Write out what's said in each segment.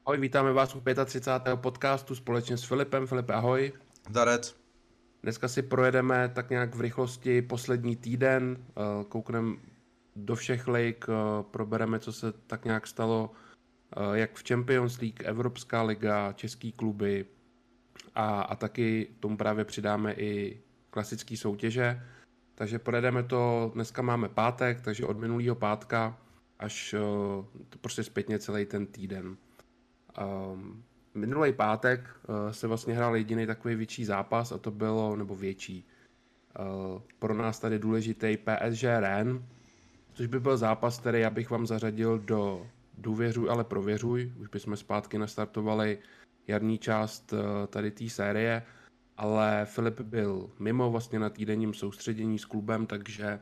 Ahoj, vítáme vás u 35. podcastu společně s Filipem. Filipe, ahoj. Darec. Dneska si projedeme tak nějak v rychlosti poslední týden, koukneme do všech lig, probereme, co se tak nějak stalo, jak v Champions League, Evropská liga, český kluby a taky tomu právě přidáme i klasické soutěže. Takže projedeme to, dneska máme pátek, takže od minulého pátka až to prostě zpětně celý ten týden. Minulý pátek se vlastně hrál jediný takový větší zápas a to bylo, nebo větší, pro nás tady důležitý PSG Rennes, což by byl zápas, který já bych vám zařadil do důvěřuj, ale prověřuj. Už bychom zpátky nastartovali jarní část tady té série, ale Filip byl mimo vlastně na týdenním soustředění s klubem, takže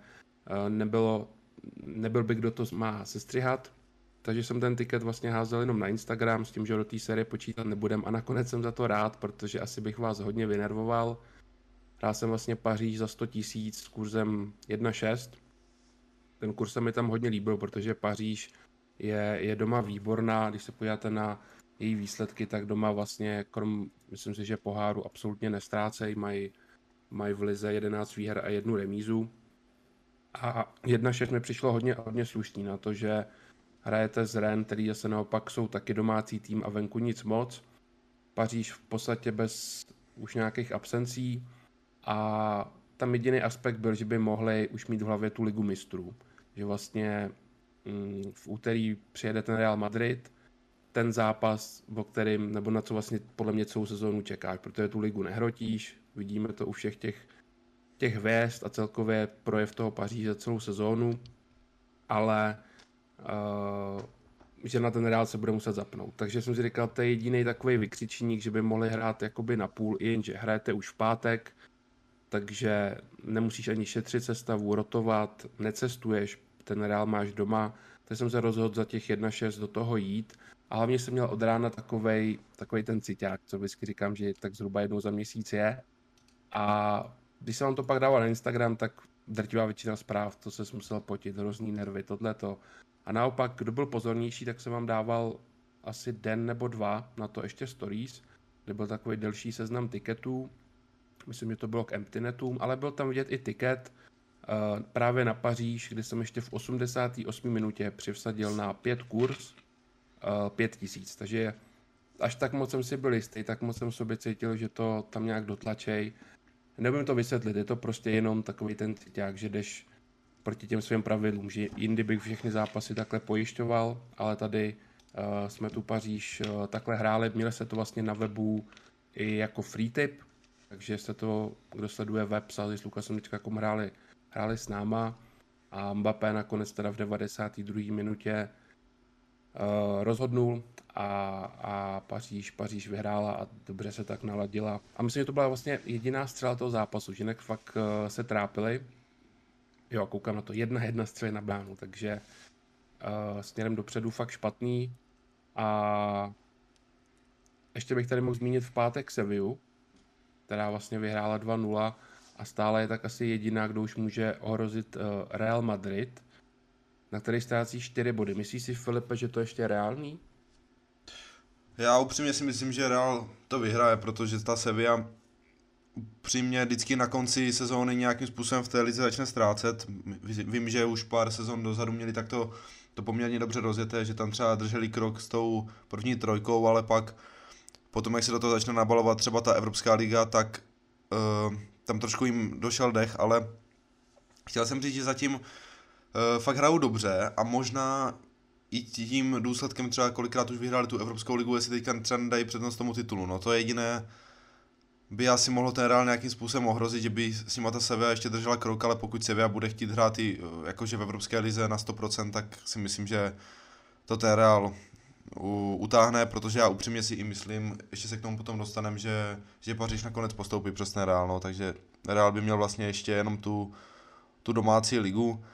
nebyl by, kdo to má sestřihat. Takže jsem ten tiket vlastně házel jenom na Instagram s tím, že do té série počítat nebudem a nakonec jsem za to rád, protože asi bych vás hodně vynervoval. Hrál jsem vlastně Paříž za 100 000 s kurzem 1,6. Ten kurz se mi tam hodně líbil, protože Paříž je doma výborná. Když se podíváte na její výsledky, tak doma vlastně, myslím si, že poháru absolutně nestrácejí. Mají v lize 11 výher a 1 remízu. A 1,6 mi přišlo hodně slušný na to, že hrajete z Rennes, který zase naopak jsou taky domácí tým a venku nic moc. Paříž v podstatě bez už nějakých absencí a tam jediný aspekt byl, že by mohli už mít v hlavě tu ligu mistrů. Že vlastně v úterý přijede ten Real Madrid, ten zápas, o kterým, nebo na co vlastně podle mě celou sezónu čekáš, protože tu ligu nehrotíš, vidíme to u všech těch hvězd a celkově projev toho Paříže celou sezónu, ale že na ten Real se bude muset zapnout. Takže jsem si říkal, to je jediný takový vykřičník, že by mohli hrát jakoby na půl, jenže hrajete už v pátek, takže nemusíš ani šetřit sestavu, rotovat, necestuješ, ten Real máš doma, tak jsem se rozhodl za těch 1,6 do toho jít a hlavně jsem měl od rána takovej ten ciťák, co vždycky říkám, že tak zhruba jednou za měsíc je. A když jsem vám to pak dával na Instagram, tak drtivá většina zpráv, to se musel potit, hrozný nervy, tohleto. A naopak, kdo byl pozornější, tak jsem vám dával asi den nebo dva na to ještě stories, kde byl takový delší seznam tiketů. Myslím, že to bylo k Emptynetům, ale byl tam vidět i tiket právě na Paříž, kde jsem ještě v 88. minutě přivsadil na 5 kurz 5 000. Takže až tak moc jsem si byl jistý, tak moc jsem sobě cítil, že to tam nějak dotlačej. Nevím to vysvětlit, je to prostě jenom takový ten ciťák, že jdeš proti těm svým pravidlům, že jindy bych všechny zápasy takhle pojišťoval, ale tady jsme tu Paříž takhle hráli, měli se to vlastně na webu i jako free tip, takže se to, kdo sleduje web, psali s Lukasem teďka hráli s náma a Mbappé nakonec teda v 92. minutě rozhodnul a Paříž vyhrála a dobře se tak naladila. A myslím, že to byla vlastně jediná střela toho zápasu, že jinak fakt se trápili. Jo, koukám na to, 1-1 střely na bránu, takže směrem dopředu fakt špatný. A ještě bych tady mohl zmínit v pátek Sevillu, která vlastně vyhrála 2-0 a stále je tak asi jediná, kdo už může ohrozit Real Madrid, na který ztrácí 4 body. Myslíš si, Filipe, že to ještě je reálný? Já upřímně si myslím, že Real to vyhraje, protože ta Sevilla upřímně vždycky na konci sezóny nějakým způsobem v té lize začne ztrácet. Vím, že už pár sezon dozadu měli takto to poměrně dobře rozjeté, že tam třeba drželi krok s tou první trojkou, ale pak potom, jak se do toho začne nabalovat třeba ta Evropská liga, tak tam trošku jim došel dech, ale chtěl jsem říct, že zatím fakt hrajou dobře a možná i tím důsledkem třeba kolikrát už vyhráli tu Evropskou ligu, jestli teďka třeba dají přednost tomu titulu. No to je jediné, by asi mohlo ten Real nějakým způsobem ohrozit, že by s nima ta Sevilla ještě držela krok, ale pokud Sevilla bude chtít hrát i jakože v Evropské lize na 100%, tak si myslím, že to ten Real utáhne, protože já upřímně si i myslím, ještě se k tomu potom dostanem, že Paříž nakonec postoupí přes ten Real, no, takže Real by měl vlastně ještě jenom tu domácí ligu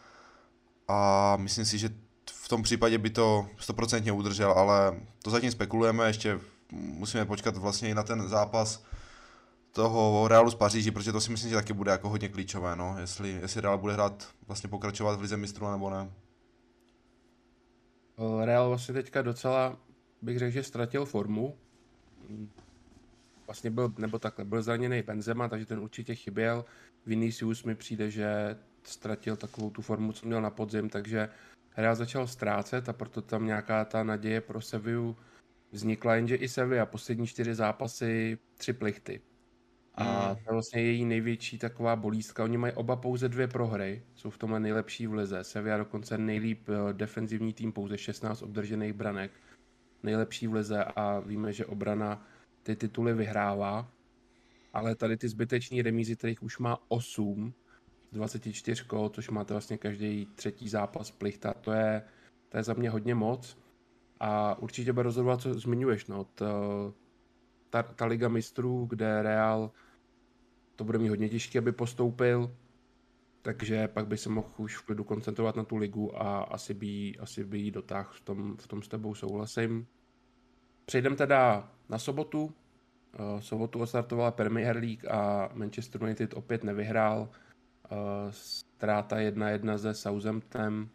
a myslím si, že v tom případě by to 100% udržel, ale to zatím spekulujeme, ještě musíme počkat vlastně i na ten zápas toho Realu z Paříži, protože to si myslím, že taky bude jako hodně klíčové, no, jestli Real bude hrát, vlastně pokračovat v lize mistrů nebo ne. Real vlastně teďka docela bych řekl, že ztratil formu. Vlastně byl zraněný Benzema, takže ten určitě chyběl. Vinicius mi přijde, že ztratil takovou tu formu, co měl na podzim, takže Real začal ztrácet a proto tam nějaká ta naděje pro Sevillu vznikla, jenže i Sevilla poslední 4 zápasy 3 plichty. A to je vlastně její největší taková bolístka. Oni mají oba pouze 2 prohry, jsou v tomhle nejlepší v lize. Sevilla dokonce nejlíp defenzivní tým, pouze 16 obdržených branek. Nejlepší v lize a víme, že obrana ty tituly vyhrává. Ale tady ty zbyteční remízy, kterých už má 8 z 24 kol, což máte vlastně každý třetí zápas plichta, to je za mě moc. A určitě bude rozhodovat, co zmiňuješ. No. Ta Liga mistrů, kde Real to bude mít hodně těžké, aby postoupil, takže pak by se mohl už v klidu koncentrovat na tu ligu a asi by jí dotáhl, v tom s tebou souhlasím. Přejdeme teda na sobotu. Sobotu odstartovala Premier League a Manchester United opět nevyhrál. Ztráta 1-1 se Southamptonem.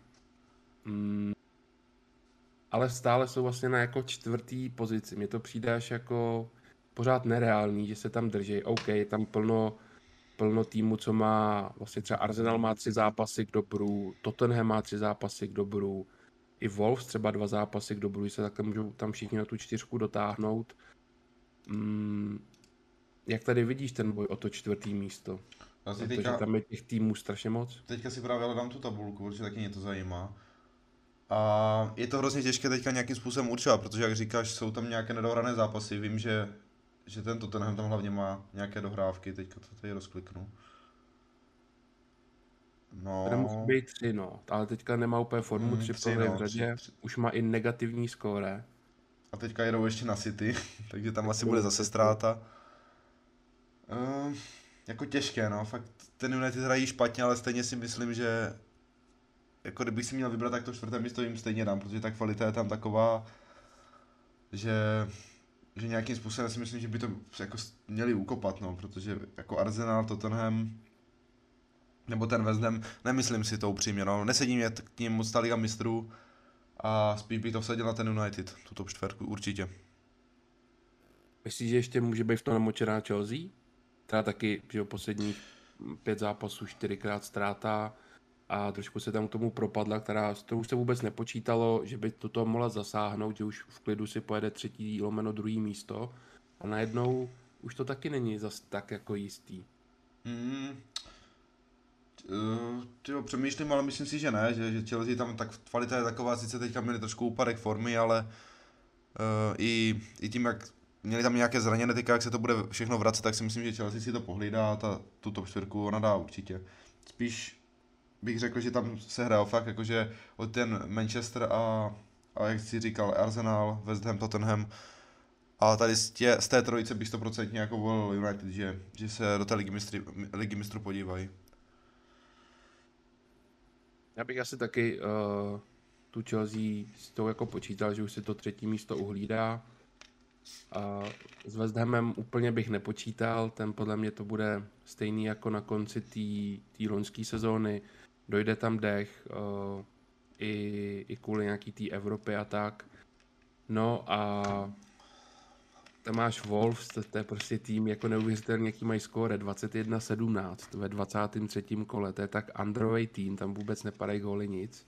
Ale stále jsou vlastně na jako 4. pozici. Mně to přijde až jako pořád nereální, že se tam drží. OK, je tam plno týmu, co má, vlastně třeba Arsenal má 3 zápasy k dobru, Tottenham má 3 zápasy k dobru, i Wolves třeba 2 zápasy k dobru, že se takhle můžou tam všichni na tu 4 dotáhnout. Jak tady vidíš ten boj o to 4. místo? Vlastně Protože tam je těch týmů strašně moc. Teďka si právě hledám tu tabulku, protože taky mě to zajímá. A je to hrozně těžké teďka nějakým způsobem určovat, protože jak říkáš, jsou tam nějaké nedohrané zápasy. Vím, že ten Tottenham tam hlavně má nějaké dohrávky, teďka to tady rozkliknu. No. Tady musí být 3, no. Ale teďka nemá úplně formu, 3 prohry v řadě. Už má i negativní skóre. A teďka jedou ještě na City, takže tam asi bude zase ztráta. Jako těžké, no. Fakt ten United hrají špatně, ale stejně si myslím, že jako kdybych si měl vybrat, tak to 4. místo jim stejně dám, protože ta kvalita je tam taková, že nějakým způsobem si myslím, že by to jako měli ukopat, no, protože jako Arsenal, Tottenham, nebo ten West Ham, nemyslím si to upřímně, no, nesedí mě k ním moc ta Liga mistrů a spíš bych to vsadil na ten United, tu top 4, určitě. Myslíš, že ještě může být v tom namočená Chelsea? Teda taky, že posledních 5 zápasů 4krát ztráta a trošku se tam k tomu propadla, to už se vůbec nepočítalo, že by toto mohla zasáhnout, že už v klidu si pojede 3. - 2. místo a najednou už to taky není zas tak jako jistý. Přemýšlím, ale myslím si, že ne, že Chelsea tam tak kvalita je taková, sice teďka měli trošku úpadek formy, ale i tím, jak měli tam nějaké zraněné, teďka jak se to bude všechno vracet, tak si myslím, že Chelsea si to pohlídá a tu top 4 ona dá určitě. Spíš bych řekl, že tam se hraje fakt, jakože od ten Manchester a jak jsi říkal, Arsenal, West Ham, Tottenham a tady z té trojice bych 100% jako volil United, že se do té ligy mistrů podívají. Já bych asi taky tu Chelsea s tou jako počítal, že už si to 3. místo uhlídá. S West Hamem úplně bych nepočítal, ten podle mě to bude stejný jako na konci té loňské sezóny. Dojde tam dech i kvůli nějaký té Evropy a tak. No a tam máš Wolves, to je prostě tým jako neuvěřitelně, jaký mají skóre 21-17 ve 23. kole, to je tak underway tým, tam vůbec nepadají góly nic.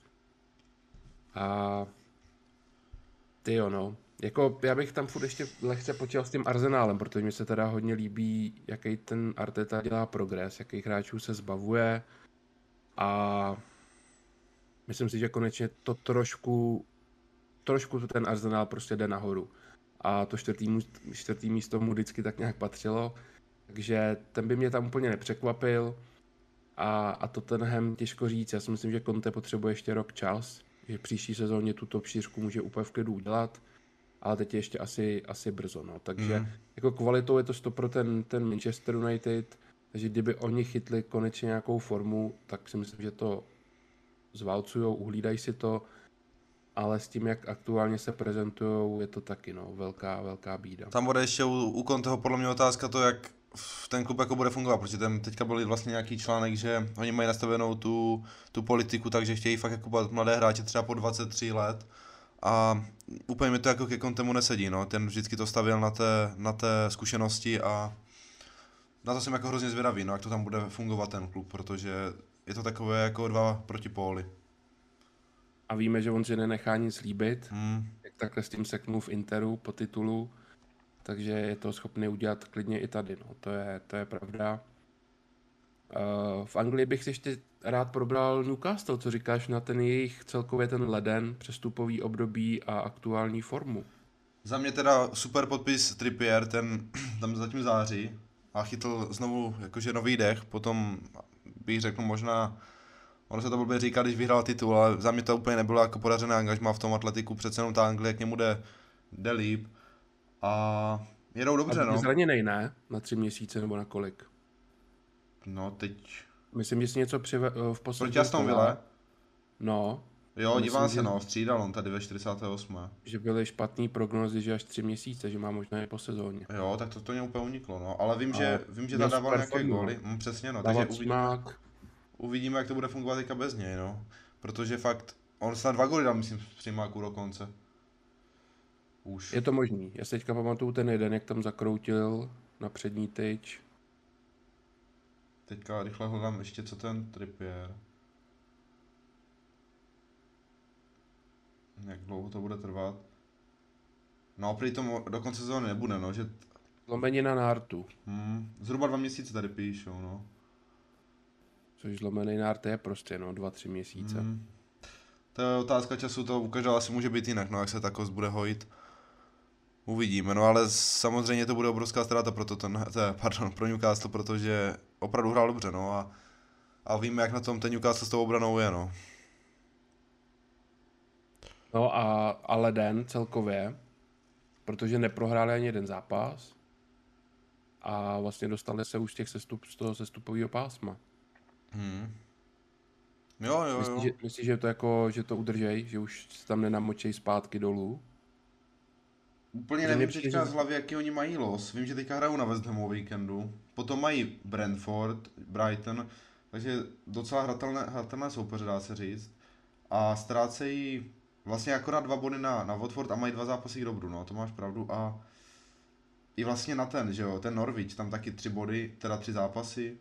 A tyjo, no. Jako já bych tam furt ještě lehce počítal s tím Arsenálem, protože mi se teda hodně líbí, jaký ten Arteta dělá progres, jakých hráčů se zbavuje a myslím si, že konečně to trošku ten Arsenal prostě jde nahoru a to 4. místo mu vždycky tak nějak patřilo, takže ten by mě tam úplně nepřekvapil a Tottenham těžko říct, já si myslím, že Conte potřebuje ještě rok čas, že příští sezóně tu top 4 může úplně v klidu udělat, ale teď je ještě asi brzo, no. Takže jako kvalitou je to 100% ten Manchester United, takže kdyby oni chytli konečně nějakou formu, tak si myslím, že to zválcujou, uhlídají si to, ale s tím, jak aktuálně se prezentujou, je to taky, no, velká bída. Tam bude ještě u Conteho podle mě otázka to, jak ten klub jako bude fungovat, protože tam teďka byl vlastně nějaký článek, že oni mají nastavenou tu politiku, takže chtějí fakt jako mladé hráče třeba po 23 let a úplně mi to jako ke Contemu nesedí, no. Ten vždycky to stavěl na té zkušenosti a na to jsem jako hrozně zvědavý, no, jak to tam bude fungovat ten klub, protože je to takové jako dva protipóly. A víme, že on si nenechá nic líbit, Hmm. jak takhle s tím seknul v Interu po titulu, takže je to schopný udělat klidně i tady, no. To je pravda. V Anglii bych si ještě rád probral Newcastle, co říkáš na ten jejich celkově ten leden, přestupový období a aktuální formu. Za mě teda super podpis Trippier, ten tam zatím září a chytl znovu jakože nový dech, potom bych řekl možná, ono se to blbě říká, když vyhrál titul, ale za mě to úplně nebylo jako podařené angažmá v tom Atletiku, přece jenom ta Anglie k němu jde líp a jedou dobře, A je no. zraněnej, ne? Na 3 měsíce nebo na kolik? No teď, Myslím, že si něco v poslední proti Aston Ville, No, jo, a dívám myslím, se, že, no, střídal on tady ve 48. že byly špatný prognózy, že až 3 měsíce, že má možná i po sezóně. Jo, tak to mě úplně uniklo, no, ale vím, že měl tam dával super nějaké formu, góly, přesně, no, Dával takže smák. uvidíme, jak to bude fungovat teďka bez něj, no. Protože fakt, on snad 2 góly dal, myslím, z přímáku dokonce. Už. Je to možný. Já si teďka pamatuju ten jeden, jak tam zakroutil na přední tyč. Teďka rychle hledám ještě, co ten Trippier. Jak dlouho to bude trvat. No, prý to do konce sezóny nebude, no, že... Zlomenina nártu. Zhruba 2 měsíce tady píšou, no. Což zlomený nárt je prostě, no, 2-3 měsíce. To je otázka času, to u každého asi může být jinak, no, jak se ta kost bude hojit. Uvidíme, no ale samozřejmě to bude obrovská ztráta pro Newcastle, protože opravdu hrál dobře, no a víme, jak na tom ten Newcastle s tou obranou je, no. No a leden celkově, protože neprohráli ani jeden zápas a vlastně dostali se už z toho sestupového pásma. Jo. Myslíš, že to jako, že to udržej, že už se tam nenamočej zpátky dolů? Úplně nevím teďka z hlavy, jaký oni mají los. Vím, že teďka hrajou na West Hamu o víkendu. Potom mají Brentford, Brighton, takže docela hratelné soupeře, dá se říct. A ztrácejí vlastně akorát 2 body na Watford a mají 2 zápasy k dobru, no, to máš pravdu. A i vlastně na ten, že jo, ten Norwich, tam taky 3 body, teda 3 zápasy.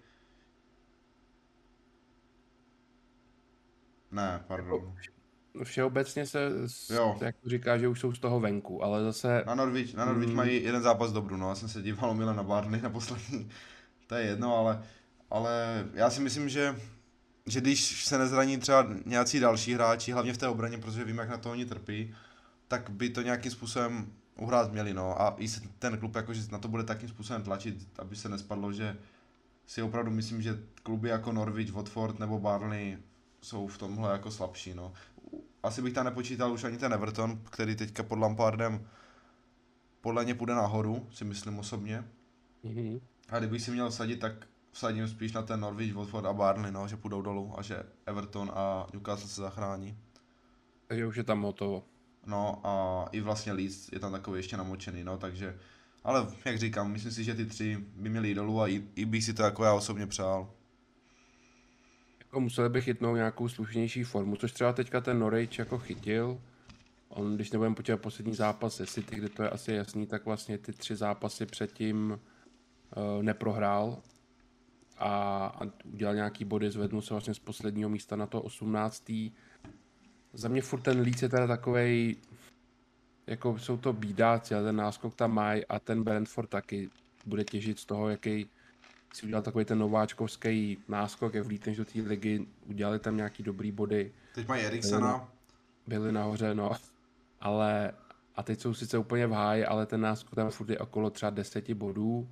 Ne, pardon. Všeobecně Jo. jak to říká, že už jsou z toho venku, ale zase... Na Norwich mají jeden zápas dobru, no, já jsem se díval omylem na Barney na poslední, to je jedno, ale já si myslím, že když se nezraní třeba nějací další hráči, hlavně v té obraně, protože vím, jak na to oni trpí, tak by to nějakým způsobem uhrát měli, no, a i ten klub jakože na to bude takým způsobem tlačit, aby se nespadlo, že si opravdu myslím, že kluby jako Norwich, Watford nebo Barney jsou v tomhle jako slabší, no. Asi bych tam nepočítal už ani ten Everton, který teďka pod Lampardem podle mě půjde nahoru, si myslím osobně. Mhm. A kdybych si měl vsadit, tak vsadím spíš na ten Norwich, Watford a Barney, no, že půjdou dolů a že Everton a Newcastle se zachrání. Takže už je tam hotovo. No a i vlastně Leeds je tam takový ještě namočený, no, takže, ale jak říkám, myslím si, že ty 3 by měli jít dolů a i bych si to jako já osobně přál. Jako museli by chytnout nějakou slušnější formu, což třeba teďka ten Norwich jako chytil. On, když nebudeme počítat poslední zápas se City, kde to je asi jasný, tak vlastně ty 3 zápasy předtím neprohrál a udělal nějaký body, zvednul se vlastně z posledního místa na to 18. Za mě furt ten Leeds je teda takovej, jako jsou to bídáci, ale ten náskok tam mají a ten Brentford taky bude těžit z toho, jaký si udělal takový ten nováčkovský náskok, jak vlítneš do té ligy, udělali tam nějaký dobrý body. Teď mají Eriksena. Byli nahoře, no, ale a teď jsou sice úplně v háji, ale ten náskok tam furt je okolo třeba 10 bodů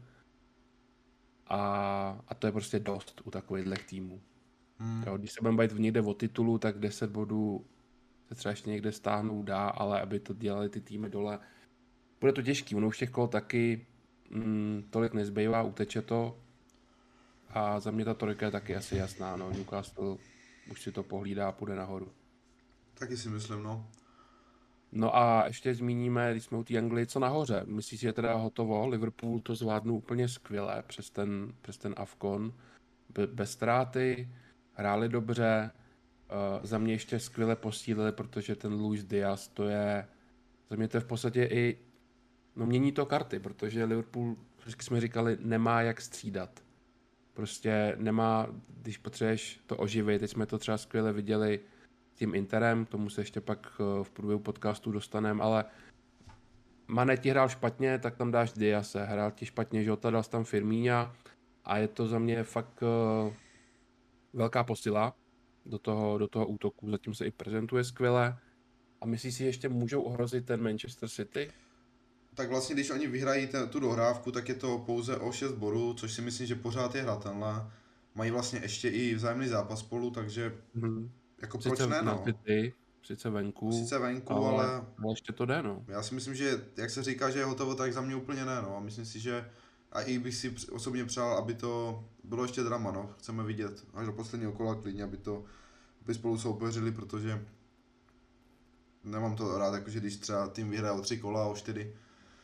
a to je prostě dost u takových týmů. Jo, když se budeme bavit někde o titulu, tak 10 bodů se třeba ještě někde stáhnout dá, ale aby to dělali ty týmy dole, bude to těžký, ono už těch kol taky tolik nezbývá, uteče to a za mě ta trojka je taky asi jasná, no, Newcastle už si to pohlídá a půjde nahoru. Taky si myslím, no. No a ještě zmíníme, když jsme u té Anglii, co nahoře. Myslíš, že je teda hotovo? Liverpool to zvládnul úplně skvěle přes ten AFCON. Bez ztráty, hráli dobře, Za mě ještě skvěle posílili, protože ten Luis Diaz, za mě to je v podstatě i, no mění to karty, protože Liverpool, vždycky jsme říkali, nemá jak střídat. Prostě nemá, když potřebuješ to oživit, teď jsme to třeba skvěle viděli s tím Interem, k tomu se ještě pak v průběhu podcastu dostaneme, ale Mane ti hrál špatně, tak tam dáš Diase, hrál ti špatně Jota, dal jsi tam Firmína a je to za mě fakt velká posila do toho útoku, zatím se i prezentuje skvěle. A myslíš si, že ještě můžou ohrozit ten Manchester City? Tak vlastně, když oni vyhrají tu dohrávku, tak je to pouze o 6 bodů, což si myslím, že pořád je hratelné. Mají vlastně ještě i vzájemný zápas spolu, takže jako proč Sice ne, na no. City, sice venku, ale ještě to jde, no. Já si myslím, že jak se říká, že je hotovo, tak za mě úplně ne, no. A myslím si, že a i bych si osobně přál, aby to bylo ještě drama, no. Chceme vidět až do posledního kola klidně, aby spolu soupeřili, protože nemám to rád, jakože když třeba tým vyhraje o 3 kola, o 4.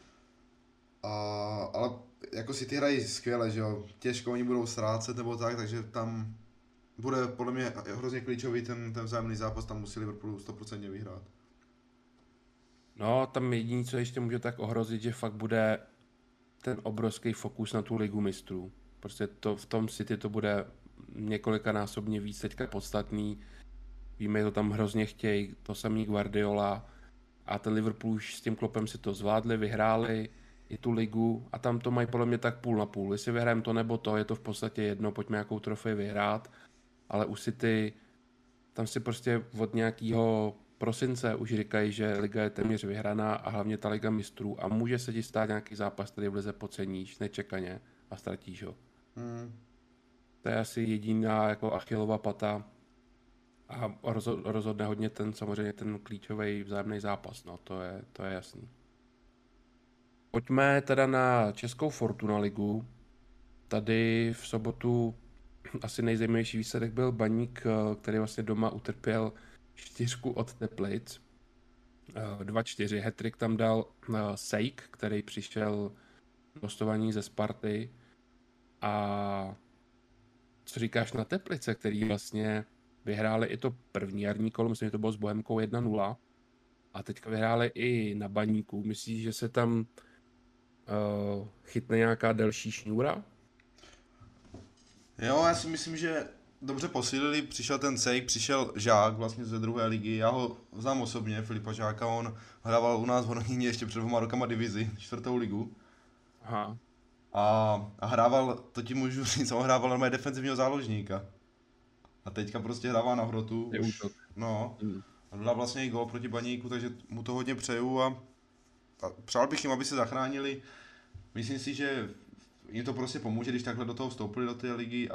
Ale jako si ty hrají skvěle, že jo, těžko oni budou ztrácet nebo tak, takže tam bude podle mě hrozně klíčový ten vzájemný zápas, tam musí Liverpoolu 100% vyhrát. No, tam jediné, co ještě může tak ohrozit, že fakt bude ten obrovský fokus na tu ligu mistrů. Prostě v tom City to bude několikanásobně víc teďka podstatný. Víme, že to tam hrozně chtějí, to samý Guardiola a ten Liverpool už s tím Kloppem si to zvládli, vyhráli i tu ligu a tam to mají podle mě tak půl na půl. Jestli vyhrajeme to nebo to, je to v podstatě jedno, pojďme nějakou trofej vyhrát, ale u City tam si prostě od nějakého prosince už říkají, že liga je téměř vyhraná a hlavně ta liga mistrů a může se ti stát nějaký zápas, který v lize podceníš nečekaně a ztratíš ho. To je asi jediná jako Achillova pata a rozhodne hodně samozřejmě ten klíčový vzájemný zápas, no to je jasný. Pojďme teda na českou Fortuna ligu. Tady v sobotu asi nejzajímavější výsledek byl Baník, který vlastně doma utrpěl 4 od Teplic. 2-4. Hat-trick tam dal Sejk, který přišel hostování ze Sparty. A co říkáš na Teplice, který vlastně vyhráli i to první jarní kolo, myslím, že to bylo s Bohemkou 1-0. A teďka vyhráli i na Baníku. Myslíš, že se tam chytne nějaká delší šňůra? Jo, já si myslím, že dobře posílili, přišel ten Sejk, přišel Žák vlastně ze druhé ligy, já ho znám osobně, Filipa Žáka, on hrával u nás v Hononíně ještě před 2 rokama divizi, 4. ligu. Aha. A hrával, to ti můžu říct, on hrával normálně defenzivního záložníka. A teďka prostě hrává na hrotu. No, a dal vlastně i gól proti Baníku, takže mu to hodně přeju a přál bych jim, aby se zachránili. Myslím si, že jim to prostě pomůže, když takhle do toho vstoupili do té ligy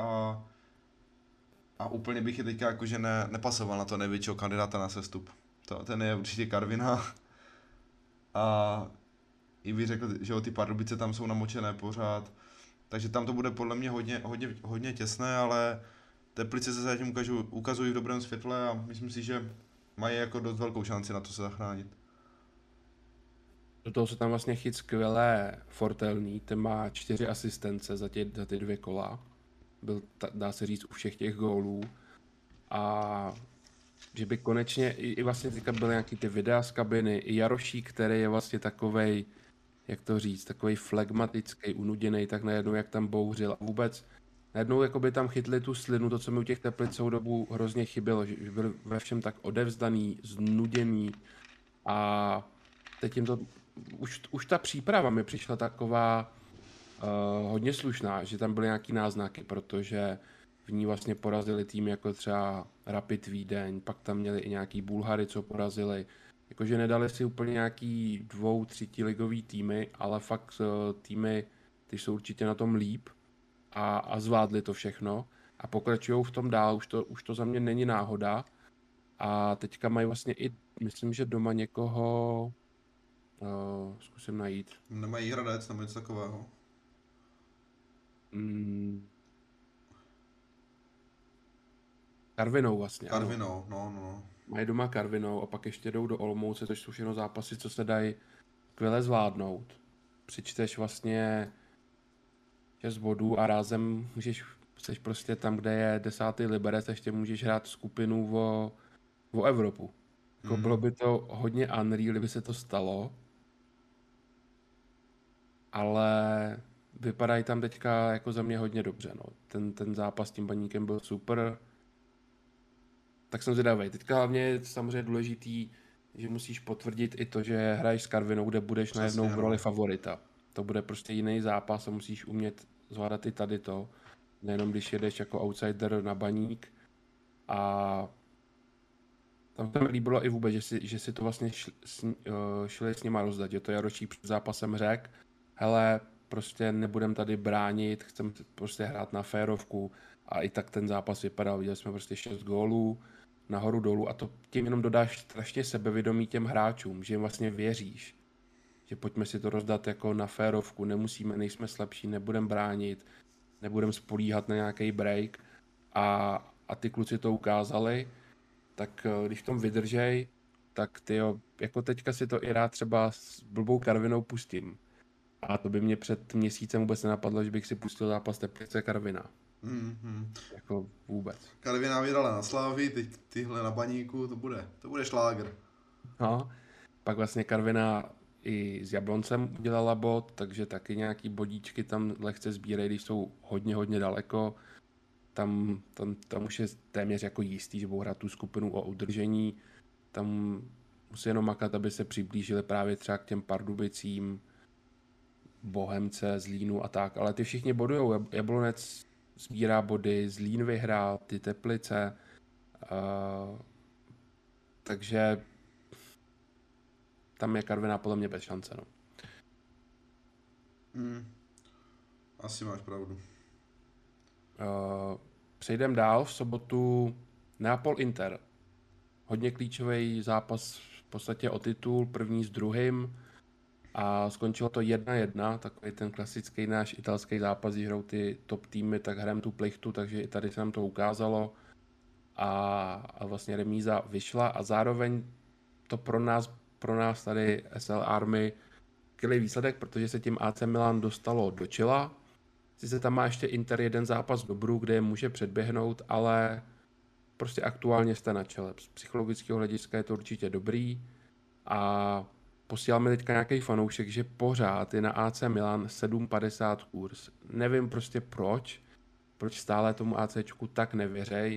a úplně bych je teďka jakože nepasoval na to největšího kandidáta na sestup. Ten je určitě Karviná. A i bych řekl, že ty Pardubice tam jsou namočené pořád. Takže tam to bude podle mě hodně těsné, ale Teplice se zatím ukazují v dobrém světle a myslím si, že mají jako dost velkou šanci na to se zachránit. Do toho se tam vlastně chyt skvělé Fortelný, ten má 4 asistence za ty 2 kola. Byl, dá se říct, u všech těch gólů. A že by konečně, i vlastně teďka byly nějaký ty videa z kabiny, i Jarošík, který je vlastně takovej, jak to říct, takovej flegmatický, unuděný, tak najednou jak tam bouřil a vůbec najednou jakoby tam chytli tu slinu, to, co mi u těch Teplic celou dobu hrozně chybělo, že byl ve všem tak odevzdaný, znuděný a teď jim to, už ta příprava mi přišla taková hodně slušná, že tam byly nějaký náznaky, protože v ní vlastně porazili tým jako třeba Rapid Vídeň, pak tam měli i nějaký Bulhary, co porazili. Jakože nedali si úplně nějaký 2-3 ligový týmy, ale fakt týmy, ty jsou určitě na tom líp a zvládli to všechno a pokračují v tom dál, už to za mě není náhoda a teďka mají vlastně i, myslím, že doma někoho, zkusím najít. Nemají Hradec nebo něco takového? Karvinou vlastně. Karvinou, no. Mají doma Karvinou a pak ještě jdou do Olomouce, což jsou všechno zápasy, co se dají skvěle zvládnout. Přičteš vlastně 6 bodů a rázem můžeš Jsi prostě tam, kde je 10. Liberec, ještě můžeš hrát skupinu o Evropu. Jako bylo by to hodně unreal, kdyby se to stalo, ale vypadají tam teďka jako za mě hodně dobře. No. Ten zápas s tím Baníkem byl super, tak jsem zvědavý. Teďka hlavně je samozřejmě důležitý, že musíš potvrdit i to, že hraješ s Karvinou, kde budeš najednou v roli favorita. To bude prostě jiný zápas a musíš umět zvládat i tady to. Nejenom když jedeš jako outsider na Baník. A tam se mi líbilo i vůbec, že si to vlastně šli s nima rozdat. Že to Jaročík před zápasem řekl, hele, prostě nebudem tady bránit, chcem prostě hrát na férovku. A i tak ten zápas vypadal. Viděli jsme prostě 6 gólů nahoru dolů a to tím jenom dodáš strašně sebevědomí těm hráčům, že jim vlastně věříš. Že pojďme si to rozdat jako na férovku, nejsme slabší, nebudem bránit, nebudem spolíhat na nějaký break a ty kluci to ukázali, tak když v tom vydržej, tak tyjo, jako teďka si to i rád třeba s blbou Karvinou pustím. A to by mě před měsícem vůbec nenapadlo, že bych si pustil zápas Teplice Karvina. Jako vůbec. Karviná vyhrala na Slávii, teď tyhle na Baníku, to bude šlágr. No, pak vlastně Karviná i s Jabloncem udělala bod, takže taky nějaký bodíčky tam lehce sbírají, když jsou hodně daleko. Tam už je téměř jako jistý, že budou hrát tu skupinu o udržení. Tam musí jenom makat, aby se přiblížili právě třeba k těm Pardubicím, Bohemce, Zlínu a tak. Ale ty všichni bodujou. Jablonec sbírá body, Zlín vyhrál, ty Teplice. Takže tam je Karviná podle mě bez šance. No. Asi máš pravdu. Přejdeme dál. V sobotu Neapol-Inter. Hodně klíčový zápas v podstatě o titul, první s druhým. A skončilo to 1-1, takový ten klasický náš italský zápas, když hrajou ty top týmy, tak hrajeme tu plichtu, takže i tady se nám to ukázalo. A vlastně remíza vyšla a zároveň to pro nás tady SL Army skvělý výsledek, protože se tím AC Milan dostalo do čela. Sice tam má ještě Inter jeden zápas dobrů, kde je může předběhnout, ale prostě aktuálně jste na čele. Z psychologického hlediska je to určitě dobrý a posílal mi teďka nějaký fanoušek, že pořád je na AC Milan 7,50 kurz. Nevím prostě proč stále tomu ACčku tak nevěřej.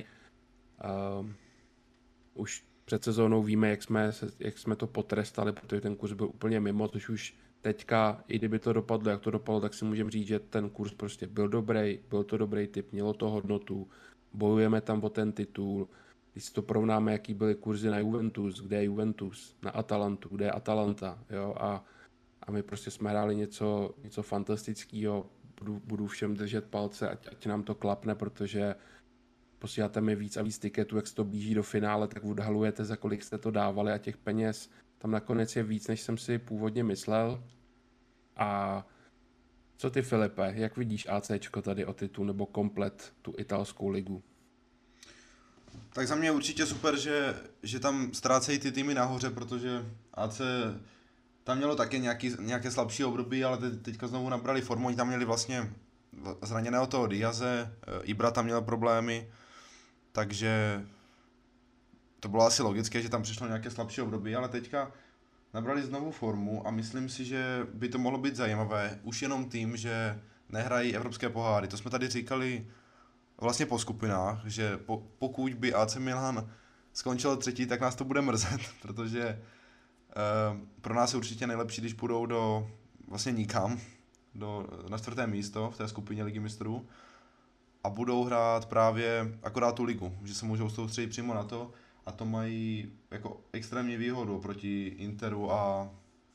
Už před sezónou víme, jak jsme to potrestali, protože ten kurz byl úplně mimo, což už teďka, i kdyby to dopadlo, jak to dopadlo, tak si můžeme říct, že ten kurz prostě byl dobrý, byl to dobrý tip, mělo to hodnotu, bojujeme tam o ten titul. Když si to porovnáme, jaký byly kurzy na Juventus, kde je Juventus, na Atalantu, kde je Atalanta, jo, a my prostě jsme hráli něco fantastického, budu všem držet palce, ať nám to klapne, protože posíláte mi víc a víc tiketů, jak se to blíží do finále, tak odhalujete, za kolik jste to dávali a těch peněz tam nakonec je víc, než jsem si původně myslel. A co ty, Filipe, jak vidíš ACčko tady o titul nebo komplet tu italskou ligu? Tak za mě je určitě super, že tam ztrácejí ty týmy nahoře, protože AC tam mělo taky nějaké slabší období, ale teďka znovu nabrali formu, oni tam měli vlastně zraněného toho Diaze, Ibra tam měl problémy, takže to bylo asi logické, že tam přišlo nějaké slabší období, ale teďka nabrali znovu formu a myslím si, že by to mohlo být zajímavé, už jenom tím, že nehrají evropské poháry. To jsme tady říkali vlastně po skupinách, že pokud by AC Milan skončil třetí, tak nás to bude mrzet, protože pro nás je určitě nejlepší, když půjdou do vlastně nikam, na 4. místo v té skupině Ligy mistrů a budou hrát právě akorát tu ligu, že se můžou soustředit přímo na to a to mají jako extrémní výhodu proti Interu a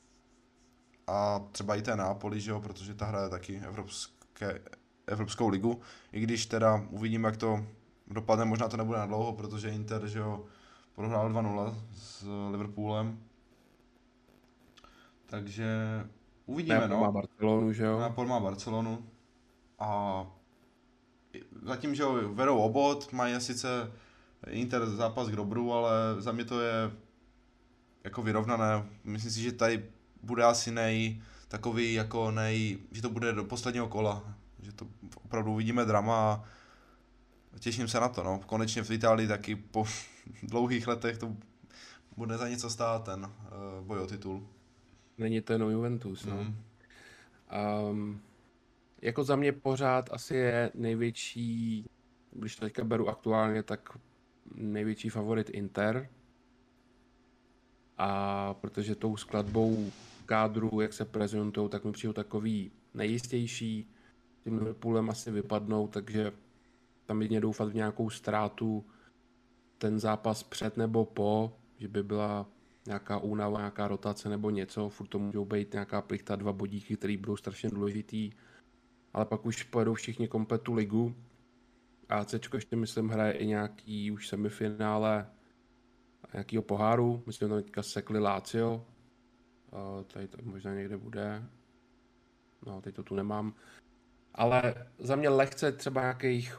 třeba i té Napoli, že jo, protože ta hraje taky Evropskou ligu, i když teda uvidíme, jak to dopadne, možná to nebude na dlouho, protože Inter, že jo, prohrál 2-0 s Liverpoolem, takže uvidíme, Napoli má Barcelonu, že jo? Napoli má Barcelonu a zatím, že jo, vedou obod, mají sice Inter zápas k dobru, ale za mě to je jako vyrovnané. Myslím si, že tady bude asi že to bude do posledního kola, že to opravdu uvidíme drama těším se na to, no. Konečně v Itálii taky po dlouhých letech to bude za něco stát ten boj o titul. Není to jenom Juventus, no. Mm. Jako za mě pořád asi je největší, když to teďka beru aktuálně, tak největší favorit Inter. A protože tou skladbou kádru, jak se prezentují, tak mi přijdou takový nejistější. Tím Liverpoolem asi vypadnou, takže tam jedině doufat v nějakou ztrátu ten zápas před nebo po, že by byla nějaká únava, nějaká rotace nebo něco, furt to můžou být nějaká plichta, 2 bodíky, které budou strašně důležitý, ale pak už pojedou všichni komplet tu ligu. ACčko ještě myslím hraje i nějaký už semifinále nějakýho poháru, myslím, že tam teďka sekli Lazio, tady to možná někde bude, no teď to tu nemám, ale za mě lehce třeba nějakých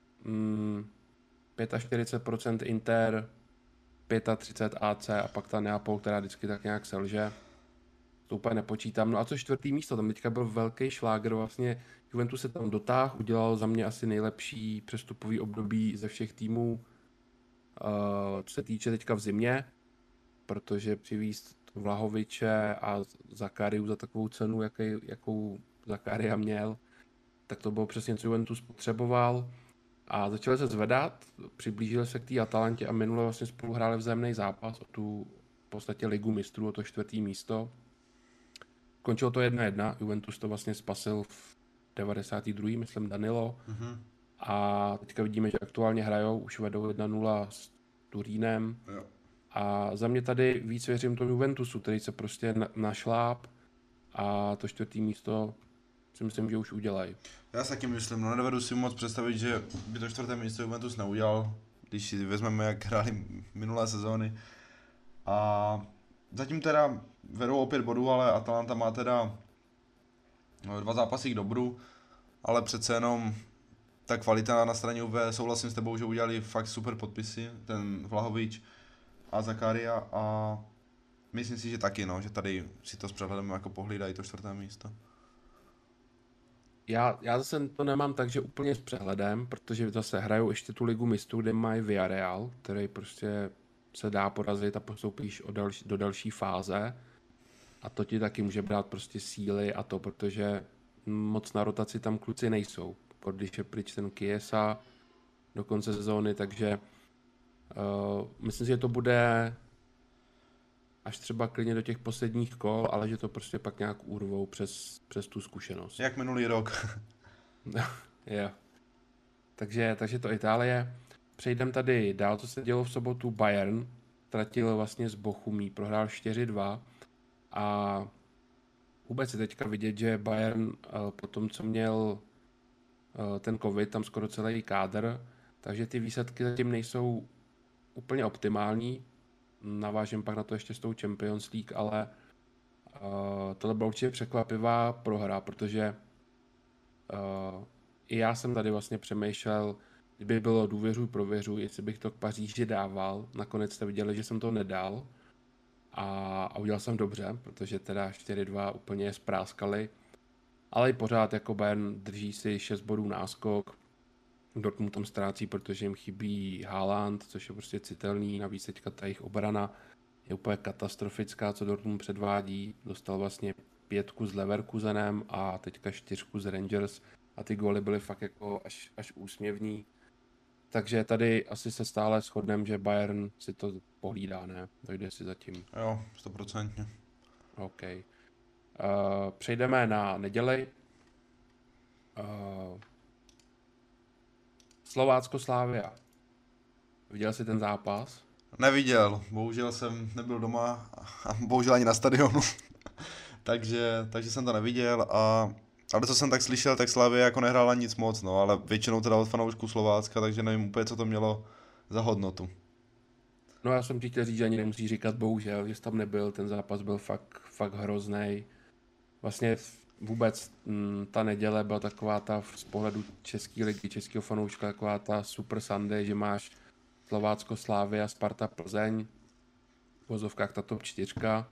45% Inter, 35 AC a pak ta Neapol, která vždycky tak nějak selže. To úplně nepočítám. No a co 4. místo, tam teďka byl velký šlágr, vlastně Juventus se tam dotáhl, udělal za mě asi nejlepší přestupový období ze všech týmů, co se týče teďka v zimě, protože přivízt Vlahoviče a Zakariu za takovou cenu, jakou Zakaria měl, tak to bylo přesně, co Juventus potřeboval. A začali se zvedat, přiblížili se k té Atalantě a minule vlastně spolu hráli vzájemný zápas o tu v podstatě ligu mistrů, o to 4. místo. Končilo to 1-1, Juventus to vlastně spasil v 92. myslím Danilo. Mm-hmm. A teďka vidíme, že aktuálně hrajou, už vedou 1-0 s Turínem. Jo. A za mě tady víc věřím tomu Juventusu, který se prostě našláp a to 4. místo si myslím, že už udělají. Já si taky myslím, no nedovedu si moc představit, že by to 4. místo Juventus neudělal, když si vezmeme, jak hráli minulé sezóny. A zatím teda vedou o 5 bodů, ale Atalanta má teda 2 zápasy k dobru, ale přece jenom ta kvalita na straně UV, souhlasím s tebou, že udělali fakt super podpisy, ten Vlahovič a Zakaria a myslím si, že taky, no, že tady si to s přehledem jako pohlídají to 4. místo. Já zase to nemám tak, že úplně s přehledem, protože zase hrajou ještě tu ligu mistrů, kde mají Villarreal, který prostě se dá porazit a postoupíš do další fáze. A to ti taky může brát prostě síly a to, protože moc na rotaci tam kluci nejsou. Když je pryč ten Chiesa do konce sezóny, takže myslím si, že to bude až třeba klidně do těch posledních kol, ale že to prostě pak nějak urvou přes tu zkušenost. Jak minulý rok. Jo. Takže to Itálie. Přejdeme tady dál, co se dělo v sobotu. Bayern ztratil vlastně z Bochumí, prohrál 4-2 a vůbec je teďka vidět, že Bayern po tom, co měl ten covid, tam skoro celý kádr, takže ty výsledky zatím nejsou úplně optimální. Navážím pak na to ještě s tou Champions League, ale tohle byla určitě překvapivá prohra, protože i já jsem tady vlastně přemýšlel, kdyby bylo důvěřuj, prověřuj, jestli bych to k Paříži dával. Nakonec jste viděli, že jsem to nedal a udělal jsem dobře, protože teda 4-2 úplně je spráskali. Ale i pořád jako Bayern drží si 6 bodů náskok. Dortmund tam ztrácí, protože jim chybí Haaland, což je prostě citelný. Navíc teďka ta jejich obrana je úplně katastrofická, co Dortmund předvádí. Dostal vlastně 5 s Leverkusenem a teďka 4 z Rangers a ty góly byly fakt jako až úsměvní. Takže tady asi se stále shodneme, že Bayern si to pohlídá, ne? Dojde si zatím. Jo, 100%. OK. Přejdeme na neděli. Slovácko-Slávia. Viděl jsi ten zápas? Neviděl, bohužel jsem nebyl doma a bohužel ani na stadionu, takže jsem to neviděl ale co jsem tak slyšel, tak Slavia jako nehrála nic moc, no, ale většinou teda od fanoušků Slovácka, takže nevím úplně, co to mělo za hodnotu. No já jsem ti chtěl říct, že ani nemusí říkat bohužel, že jsi tam nebyl, ten zápas byl fakt hrozný. Vlastně vůbec ta neděle byla taková ta z pohledu české ligy, českého fanouška, taková ta super Sunday, že máš Slovácko, Slavia, Sparta, Plzeň, v vozovkách ta top 4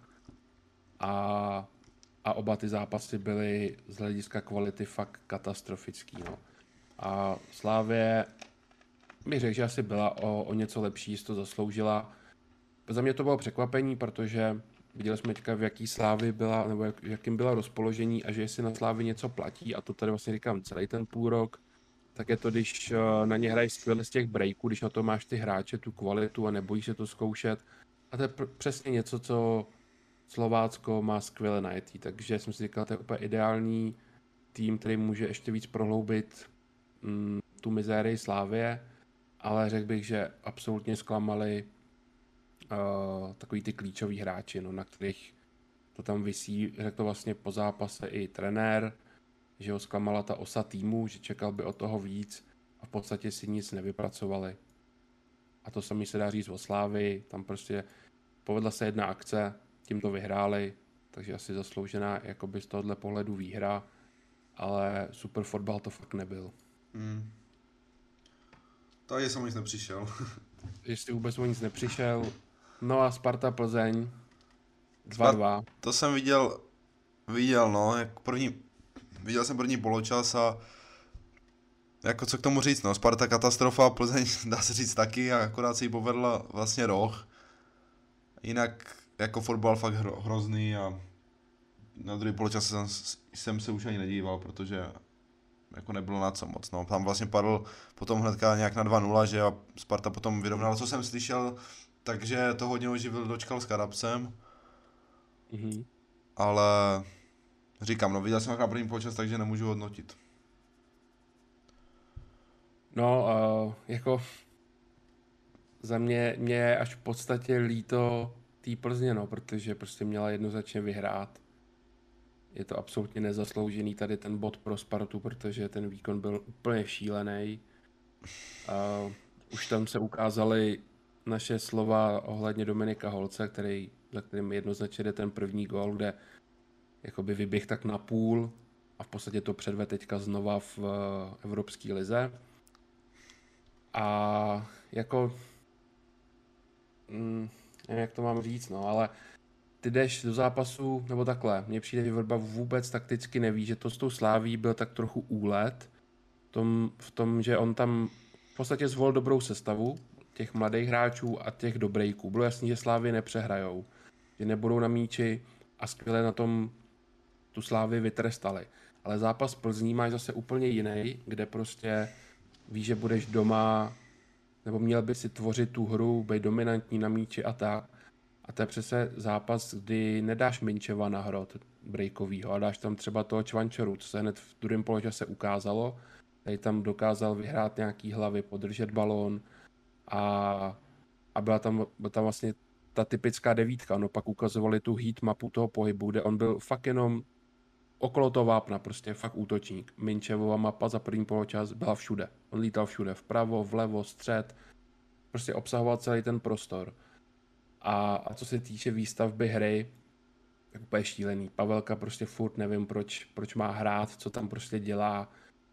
a oba ty zápasy byly z hlediska kvality fakt katastrofický. No. A Slavie bych řekl, že asi byla o něco lepší, jestli to zasloužila. Za mě to bylo překvapení, protože viděli jsme teďka, v jaký Slávy byla, nebo jakým byla rozpoložení a že jestli na Slávy něco platí, a to tady vlastně říkám celý ten půl rok, tak je to, když na ně hraješ skvěle z těch breaků, když na to máš ty hráče, tu kvalitu a nebojíš se to zkoušet. A to je přesně něco, co Slovácko má skvěle najetý, takže jsem si říkal, to je úplně ideální tým, který může ještě víc prohloubit tu mizérii Slávie, ale řekl bych, že absolutně zklamali takový ty klíčoví hráči, no, na kterých to tam visí, řekl to vlastně po zápase i trenér, že ho zklamala ta osa týmu, že čekal by od toho víc a v podstatě si nic nevypracovali. A to samý se dá říct o Slávii, tam prostě povedla se jedna akce, tím to vyhráli, takže asi zasloužená jakoby z tohohle pohledu výhra, ale super fotbal to fakt nebyl. Takže jsem nic nepřišel. Jestli vůbec o nic nepřišel. No a Sparta Plzeň 2-2. To jsem viděl no, jako viděl jsem první poločas a jako co k tomu říct, no, Sparta katastrofa, Plzeň dá se říct taky a akorát se jí povedla vlastně roh. Jinak jako fotbal fakt hrozný a na druhý poločas jsem se už ani nedíval, protože jako nebylo na co moc, no. Tam vlastně padl potom hnedka nějak na 2-0, že a Sparta potom vyrovnala, co jsem slyšel, takže to hodně oživil Dočkal s Karabcem. Ale říkám, no viděl jsem na první poločas, takže nemůžu hodnotit. No, jako za mě je až v podstatě líto tý Plzně, no, protože prostě měla jednoznačně vyhrát. Je to absolutně nezasloužený tady ten bod pro Spartu, protože ten výkon byl úplně šílený. Už tam se ukázaly naše slova ohledně Dominika Holce, za kterým jednoznačně jde ten první gól, kde jakoby vyběh tak na půl a v podstatě to předve teďka znova v Evropské lize. A jako nevím, jak to mám říct, no, ale ty jdeš do zápasu, nebo takhle, mně přijde, že Vrba vůbec takticky neví, že to s tou Sláví byl tak trochu úlet, v tom, že on tam v podstatě zvolil dobrou sestavu těch mladých hráčů a těch do breaků. Bylo jasný, že Slávy nepřehrajou, že nebudou na míči a skvěle na tom tu Slávy vytrestali. Ale zápas Plzní máš zase úplně jiný, kde prostě víš, že budeš doma, nebo měl by si tvořit tu hru, být dominantní na míči a tak. A to je přece zápas, kdy nedáš Minčeva na hrot breakovýho a dáš tam třeba toho Čvančoru, co se hned v druhém poločase ukázalo. Tady tam dokázal vyhrát nějaký hlavy, podržet balón a byla tam vlastně ta typická devítka. No pak ukazovali tu heat mapu toho pohybu, kde on byl fakt jenom okolo toho vápna, prostě fakt útočník. Minčevova mapa za první poločas byla všude. On lítal všude, vpravo, vlevo, střed, prostě obsahoval celý ten prostor. A co se týče výstavby hry, tak úplně šílený. Pavelka prostě furt nevím, proč má hrát, co tam prostě dělá.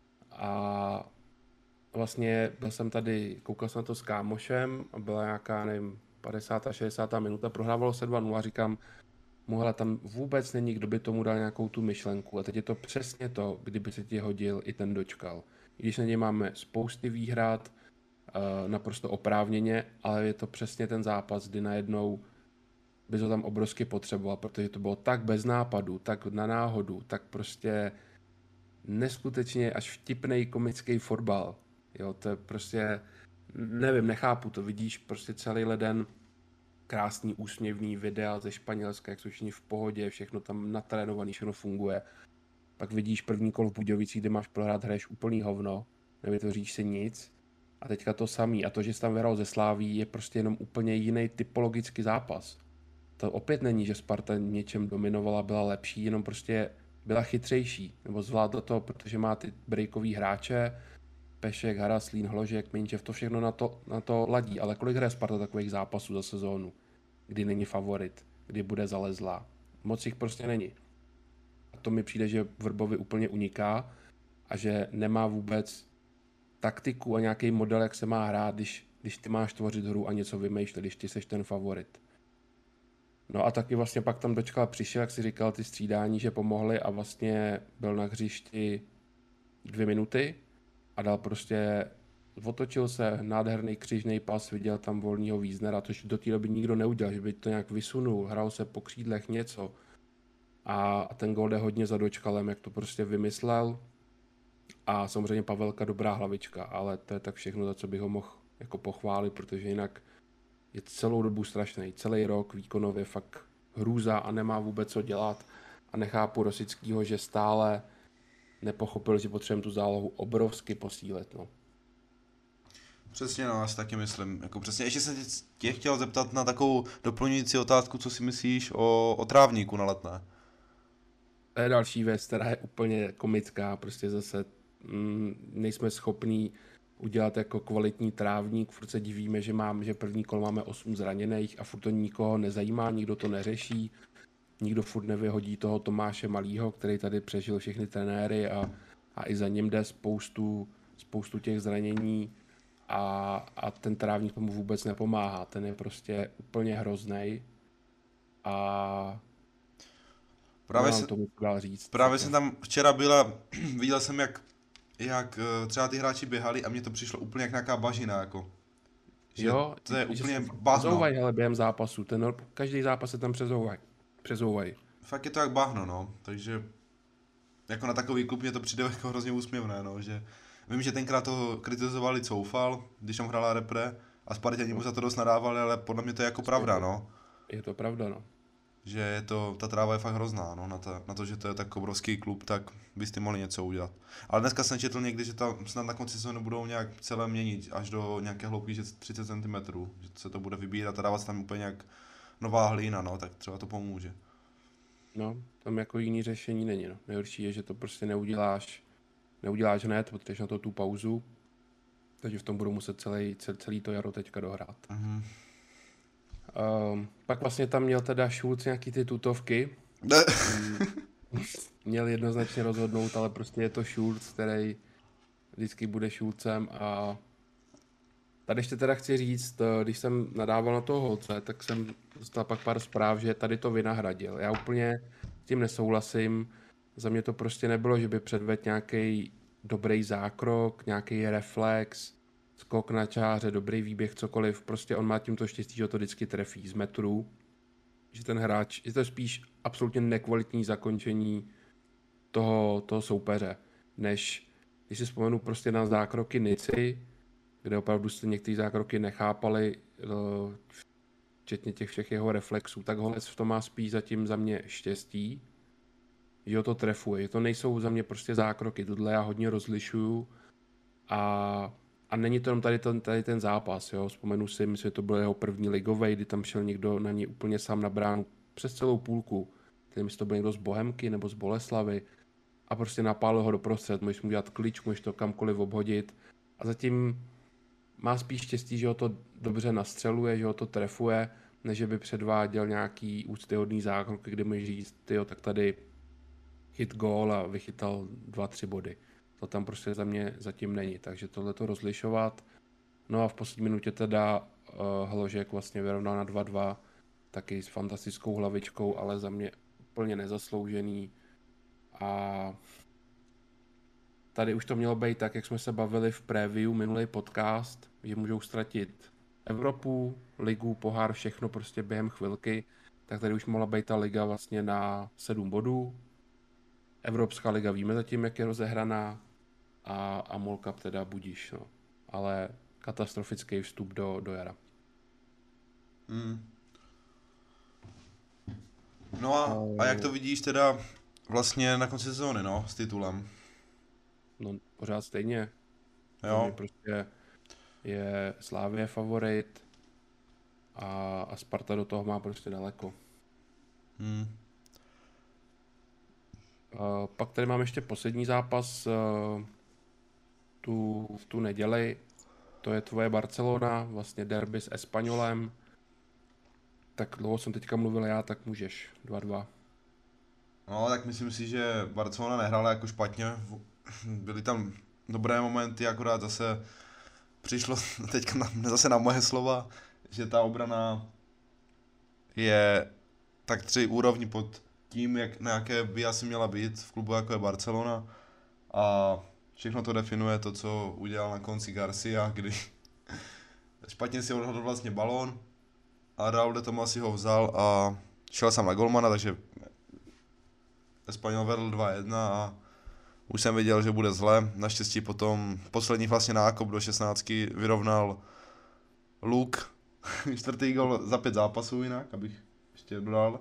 A vlastně byl jsem tady, koukal jsem na to s kámošem a byla nějaká, nevím, 50. 60. minuta, prohrávalo se 2-0 a říkám, mohla tam vůbec není, kdo by tomu dal nějakou tu myšlenku. A teď je to přesně to, kdyby se ti hodil i ten Dočkal. I když na něj máme spousty výhrad, naprosto oprávněně, ale je to přesně ten zápas, kdy najednou by to tam obrovsky potřeboval, protože to bylo tak bez nápadu, tak na náhodu, tak prostě neskutečně až vtipnej komický fotbal. Jo, to je prostě, nevím, nechápu to, vidíš prostě celý leden krásný úsměvný videa ze Španělska, jak jsou všichni v pohodě, všechno tam natrénovaný, všechno funguje. Pak vidíš první kolo v Budějovicích, kde máš prohrát, hraješ úplný hovno, nevytvoříš si nic. A teďka to samý. A to, že jsi tam vyhrál ze Sláví, je prostě jenom úplně jiný typologický zápas. To opět není, že Sparta něčem dominovala, byla lepší, jenom prostě byla chytřejší. Nebo zvládla to, protože má ty breakový hráče, Pešek, Haraslín, Hložek, Minčev, to všechno na to ladí. Ale kolik hraje Sparta takových zápasů za sezónu, kdy není favorit, kdy bude zalezlá? Moc jich prostě není. A to mi přijde, že Vrbovi úplně uniká a že nemá vůbec taktiku a nějaký model, jak se má hrát, když ty máš tvořit hru a něco vymýšlet, když ty seš ten favorit. No a taky vlastně pak tam Dočkal přišel, jak si říkal, ty střídání, že pomohly a vlastně byl na hřišti 2 minuty a dal prostě otočil se, nádherný křižný pas, viděl tam volného Wiesnera, což do té doby nikdo neudělal, že by to nějak vysunul, hrál se po křídlech něco. A ten gól jde hodně za dočkalem, jak to prostě vymyslel. A samozřejmě Pavelka dobrá hlavička, ale to je tak všechno, za co bych ho mohl jako pochválit, protože jinak je celou dobu strašný. Celý rok výkonově fakt hrůza a nemá vůbec co dělat. A nechápu Rosickýho, že stále nepochopil, že potřebujeme tu zálohu obrovsky posílit. No. Přesně, no, já si taky myslím. Jako přesně, ještě jsem tě chtěl zeptat na takovou doplňující otázku, co si myslíš o trávníku na Letné. To je další věc, která je úplně komická, prostě zase nejsme schopní udělat jako kvalitní trávník, furt se divíme, že první kolo máme 8 zraněných a furt to nikoho nezajímá, nikdo to neřeší, nikdo furt nevyhodí toho Tomáše Malýho, který tady přežil všechny trenéry a i za ním jde spoustu těch zranění a ten trávník tomu vůbec nepomáhá, ten je prostě úplně hroznej a tomu dál říct. Právě jsem tam včera byla, viděl jsem, jak třeba ty hráči běhali a mně to přišlo úplně jak nějaká bažina, jako. Že jo, to je že úplně se bahno. přezouvají, hele, během zápasu, každý zápas se tam přezouvají. Fakt je to jak bahno, no, takže jako na takový klub mě to přijde jako hrozně úsměvné, no, že vím, že tenkrát to kritizovali Coufal, když tam hrála repre a Spartani mu za to dost nadávali, ale podle mě to je jako pravda, no. Je to pravda, no. Že je to, ta tráva je fakt hrozná, no, na to, že to je tak obrovský klub, tak byste mohli něco udělat. Ale dneska jsem četl někdy, že tam snad na konci sezóny budou nějak celé měnit až do nějaké hloubky 30 cm, že se to bude vybírat a dávat se tam úplně nějak nová hlína, no, tak třeba to pomůže. No, tam jako jiný řešení není, no. Nejhorší je, že to prostě neuděláš hned, protože na to tu pauzu, takže v tom budou muset celý to jaro teďka dohrát. Mm-hmm. Pak vlastně tam měl teda Schulz nějaký ty tutovky. Měl jednoznačně rozhodnout, ale prostě je to Schulz, který vždycky bude Schulzem a tady ještě teda chci říct, když jsem nadával na toho Holce, tak jsem dostal pak pár zpráv, že tady to vynahradil. Já úplně s tím nesouhlasím. Za mě to prostě nebylo, že by předvedl nějaký dobrý zákrok, nějaký reflex, skok na čáře, dobrý výběh, cokoliv. Prostě on má tímto štěstí, že to vždycky trefí z metru. Že ten hráč, je to spíš absolutně nekvalitní zakončení toho soupeře, než když si vzpomenu prostě na zákroky Nici, kde opravdu jste některé zákroky nechápali, včetně těch všech jeho reflexů, tak Holec v tom má spíš zatím za mě štěstí, že ho to trefuje, že to nejsou za mě prostě zákroky, tohle já hodně rozlišuju a není to jenom tady ten zápas, jo, vzpomenu si, myslím, že to byl jeho první ligovej, kdy tam šel někdo na něj úplně sám na bránu přes celou půlku, nevím, jestli to byl někdo z Bohemky nebo z Boleslavy a prostě napálil ho doprostřed, můžeš mu dělat klič, můžeš to kamkoliv obhodit a zatím má spíš štěstí, že ho to dobře nastřeluje, že ho to trefuje, než by předváděl nějaký úctyhodný zákrok, kdy můžeš říct, tyjo, tak tady hit gól a vychytal 2-3 body. To tam prostě za mě zatím není, takže tohle to rozlišovat. No a v poslední minutě teda Hložek vlastně vyrovnal na 2-2, taky s fantastickou hlavičkou, ale za mě úplně nezasloužený. A tady už to mělo být tak, jak jsme se bavili v preview minulý podcast, že můžou ztratit Evropu, ligu, pohár, všechno prostě během chvilky, tak tady už mohla být ta liga vlastně na 7 bodů. Evropská liga víme zatím, jak je rozehraná a MOL Cup teda budíš, no. Ale katastrofický vstup do jara. No a jak to vidíš teda vlastně na konci sezóny, no, s titulem? No pořád stejně. Jo. Prostě je Slavie favorit a Sparta do toho má prostě daleko. Pak tady mám ještě poslední zápas tu neděli. To je tvoje Barcelona, vlastně derby s Espanyolem. Tak dlouho jsem teďka mluvil já, tak můžeš. 2-2. No, tak myslím si, že Barcelona nehrála jako špatně. Byly tam dobré momenty, akorát zase přišlo teďka zase na moje slova, že ta obrana je tak 3 úrovni pod tím, na jaké by asi měla být v klubu jako je Barcelona. A všechno to definuje to, co udělal na konci Garcia, kdy špatně si odhodl vlastně balón a Raúl de Tomás si ho vzal a šel sám na golmana, takže Espanyol vedl 2-1 a už jsem věděl, že bude zle. Naštěstí potom poslední vlastně nákop do 16 vyrovnal Luke, čtvrtý gol za 5 zápasů jinak, abych ještě dodal.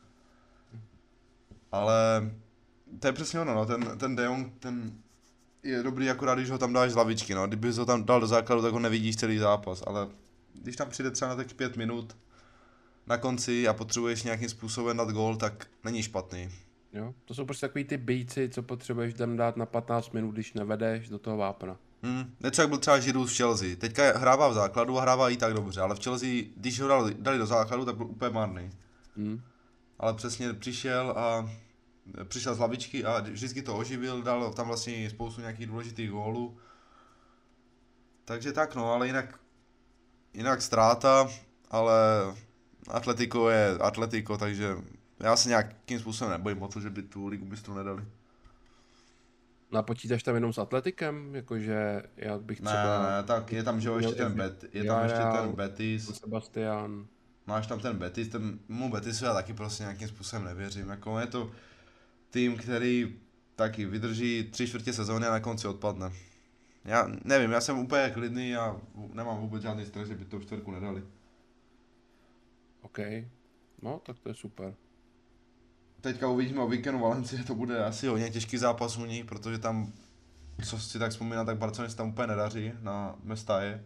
Ale to je přesně ono, no. ten De Jong, ten je dobrý akorát, když ho tam dáš z lavičky, no. Kdyby ho tam dal do základu, tak ho nevidíš celý zápas, ale když tam přijde třeba na tak 5 minut na konci a potřebuješ nějakým způsobem dát gól, tak není špatný. Jo, to jsou prostě takový ty bejci, co potřebuješ tam dát na 15 minut, když nevedeš do toho vápna. Něco jak byl třeba Giroud v Chelsea. Teďka hrává v základu a hrává i tak dobře, ale v Chelsea, když ho dali do základu, tak byl úplně marný. Ale přesně přišel z lavičky a vždycky to oživil, dal tam vlastně spoustu nějakých důležitých gólů. Takže tak no, ale jinak ztráta, ale Atletico je Atletico, takže já se nějakým způsobem nebojím o to, že by tu ligu mistrů nedali. No a počítáš tam jenom s Atletikem? Jakože já bych třeba... Ne, tak je tam, že jo, ještě ten Betis. Sebastian. Máš tam ten Betis, mu Betisu já taky prostě nějakým způsobem nevěřím. Jako je to tým, který taky vydrží 3/4 sezóny a na konci odpadne. Já nevím, já jsem úplně klidný a nemám vůbec žádný stres, že by to 4 nedali. OK, no tak to je super. Teďka uvidíme o víkendu Valencie, to bude asi hodně těžký zápas u nich, protože tam, co si tak vzpomínám, tak Barceloně se tam úplně nedaří na Mestaje.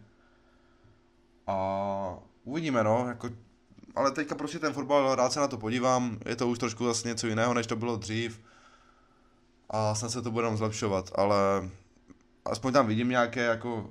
A uvidíme no, jako, ale teďka prostě ten fotbal, rád se na to podívám, je to už trošku zase něco jiného, než to bylo dřív. A snad se to bude zlepšovat, ale aspoň tam vidím nějaké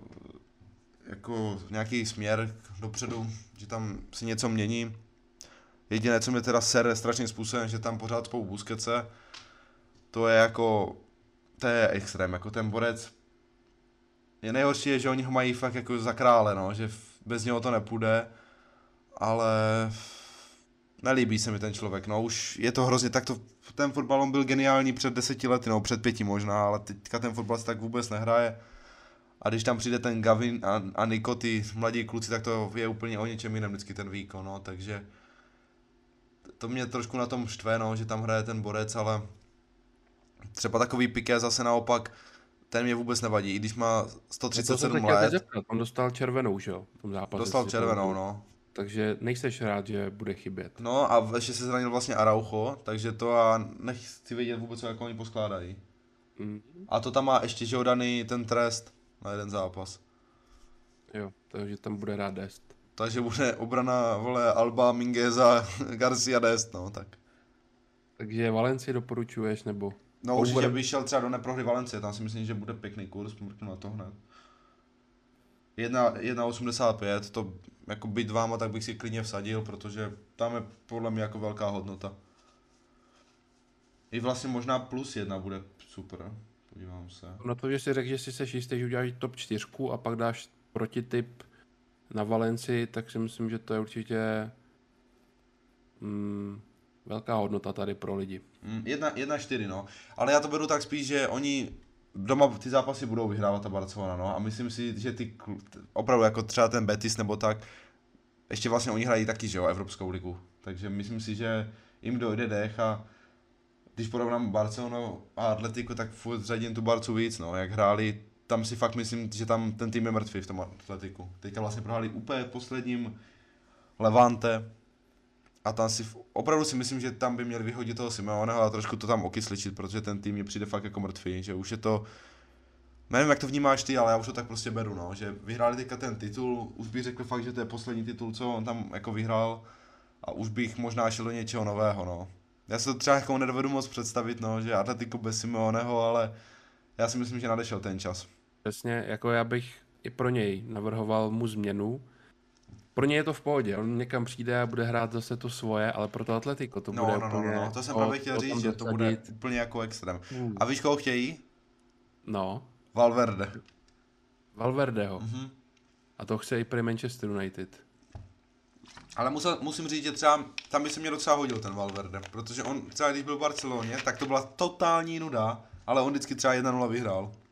jako nějaký směr dopředu, že tam si něco mění. Jediné, co mě teda sere strašným způsobem, že tam pořád spou Busquetse, to je extrém, jako ten borec. Je nejhorší je, že oni ho mají fakt jako za krále, no, že bez něho to nepůjde, ale nelíbí se mi ten člověk, no, už je to hrozně, ten fotbal on byl geniální před 10 lety, no, před 5 možná, ale teďka ten fotbal se tak vůbec nehraje. A když tam přijde ten Gavin a Nico, ty mladí kluci, tak to je úplně o něčem jiném vždycky ten výkon, no, takže to mě trošku na tom štve, no, že tam hraje ten borec, ale třeba takový Piqué zase naopak, ten mě vůbec nevadí, i když má 137 let. On dostal červenou, že jo, v tom zápase. Dostal červenou, no. Takže nejseš rád, že bude chybět. No a ještě se zranil vlastně Araujo, takže to a nechci vědět vůbec, jak oni poskládají. A to tam má ještě, že daný ten trest na jeden zápas. Jo, takže tam bude rád Dest. Takže bude obrana, vole, Alba, Mingueza, Garcia, Dest, no, tak. Takže Valencii doporučuješ, nebo? No určitě bych šel třeba do neprohry Valencie, tam si myslím, že bude pěkný kurz, mrknu na to hned. 1,85, to jako být váma, tak bych si klidně vsadil, protože tam je podle mě jako velká hodnota. I vlastně možná +1 bude super, podívám se. Na to, že si řekl, že si seš jistý, že uděláš top 4 a pak dáš protityp na Valencii, tak si myslím, že to je určitě velká hodnota tady pro lidi. 1,4 no, ale já to beru tak spíš, že oni doma ty zápasy budou vyhrávat ta Barcelona, no, a myslím si, že opravdu jako třeba ten Betis nebo tak, ještě vlastně oni hrají taky, že jo, Evropskou ligu, takže myslím si, že jim dojde dech a když porovnám Barcelonu a Atletico, tak furt řadím tu Barcu víc, no, jak hráli, tam si fakt myslím, že tam ten tým je mrtvý v tom Atletiku. Teďka vlastně prohráli úplně posledním Levante a tam opravdu si myslím, že tam by měli vyhodit toho Simeoneho a trošku to tam okysličit, protože ten tým mi přijde fakt jako mrtvý, že už je to, nevím jak to vnímáš ty, ale já už to tak prostě beru, no, že vyhráli teďka ten titul, už bych řekl fakt, že to je poslední titul, co on tam jako vyhrál a už bych možná šel do něčeho nového, no. Já se to třeba jako nedovedu moc představit, no, že Atletico bez Simeoneho, ale já si myslím, že nadešel ten čas. Přesně, jako já bych i pro něj navrhoval mu změnu. Pro něj je to v pohodě, on někam přijde a bude hrát zase to svoje, ale pro to Atletico to bude úplně... No, to jsem právě chtěl říct, že to bude úplně jako extrém. A víš, koho chtějí? No. Valverdeho. A to chce i pro Manchester United. Ale musím říct, že třeba tam by se mě docela hodil ten Valverde, protože on třeba když byl v Barceloně, tak to byla totální nuda, ale on vždycky třeba 1-0 vyhrál.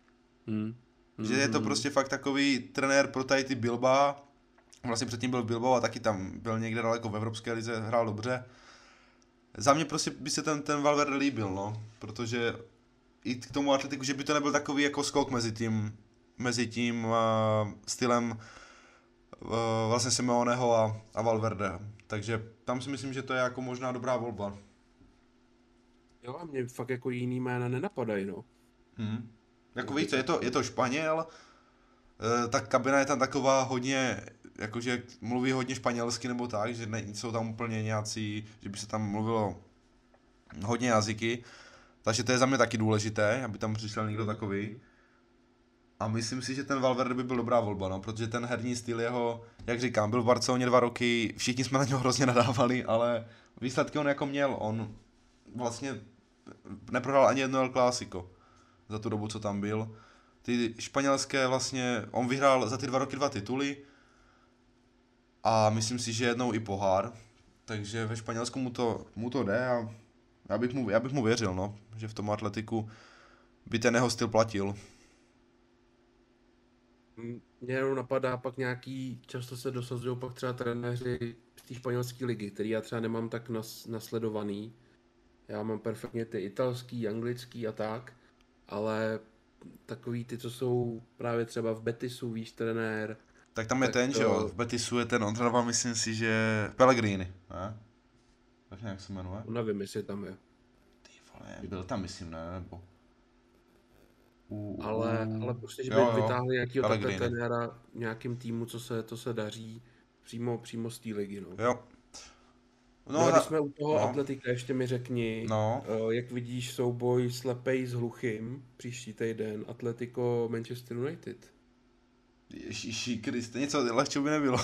Hmm. Že je to prostě fakt takový trenér pro tady ty Bilba. Vlastně předtím byl v Bilbao a taky tam byl někde daleko v Evropské lize, hrál dobře. Za mě prostě by se ten Valverde líbil, no, protože i k tomu Atletiku, že by to nebyl takový jako skok mezi tím stylem vlastně Simeoneho a Valverde. Takže tam si myslím, že to je jako možná dobrá volba. Jo, a mě fakt jako jiný jména nenapadají, no. Jako víš co, je to Španěl, ta kabina je tam taková hodně, jakože mluví hodně španělsky nebo tak, že jsou tam úplně nějací, že by se tam mluvilo hodně jazyky, takže to je za mě taky důležité, aby tam přišel někdo takový. A myslím si, že ten Valverde by byl dobrá volba, no, protože ten herní styl jeho, jak říkám, byl v Barceloně 2 roky, všichni jsme na něho hrozně nadávali, ale výsledky on jako měl, on vlastně neprohrál ani jedno El Clásico za tu dobu, co tam byl. Ty španělské vlastně, on vyhrál za ty 2 roky 2 tituly a myslím si, že jednou i pohár, takže ve Španělsku mu to jde a já bych mu věřil, no, že v tom Atletiku by ten jeho styl platil. Mě jenom napadá pak nějaký, často se dosazují pak třeba trenéři z té španělské ligy, který já třeba nemám tak nasledovaný. Já mám perfektně ty italský, anglický a tak, ale takový ty, co jsou právě třeba v Betisu, víš, trenér. Tak tam je ten, že jo, v Betisu je ten, on trénoval, myslím si, že Pellegrini, ne? Tak nějak se jmenuje. Nevím, jestli tam je. Ty vole, byl tam, myslím, ne, nebo... Ale prostě, že by jo, vytáhli nějakýho takhle Pellegrini. trenéra nějakým týmu, co se daří přímo z té ligy, no. Jo. No a když jsme u toho no. Atletika, ještě mi řekni, No. jak vidíš souboj slepej s hluchým příští týden Atletico Manchester United? Ježíši Kriste, něco lehčeho by nebylo.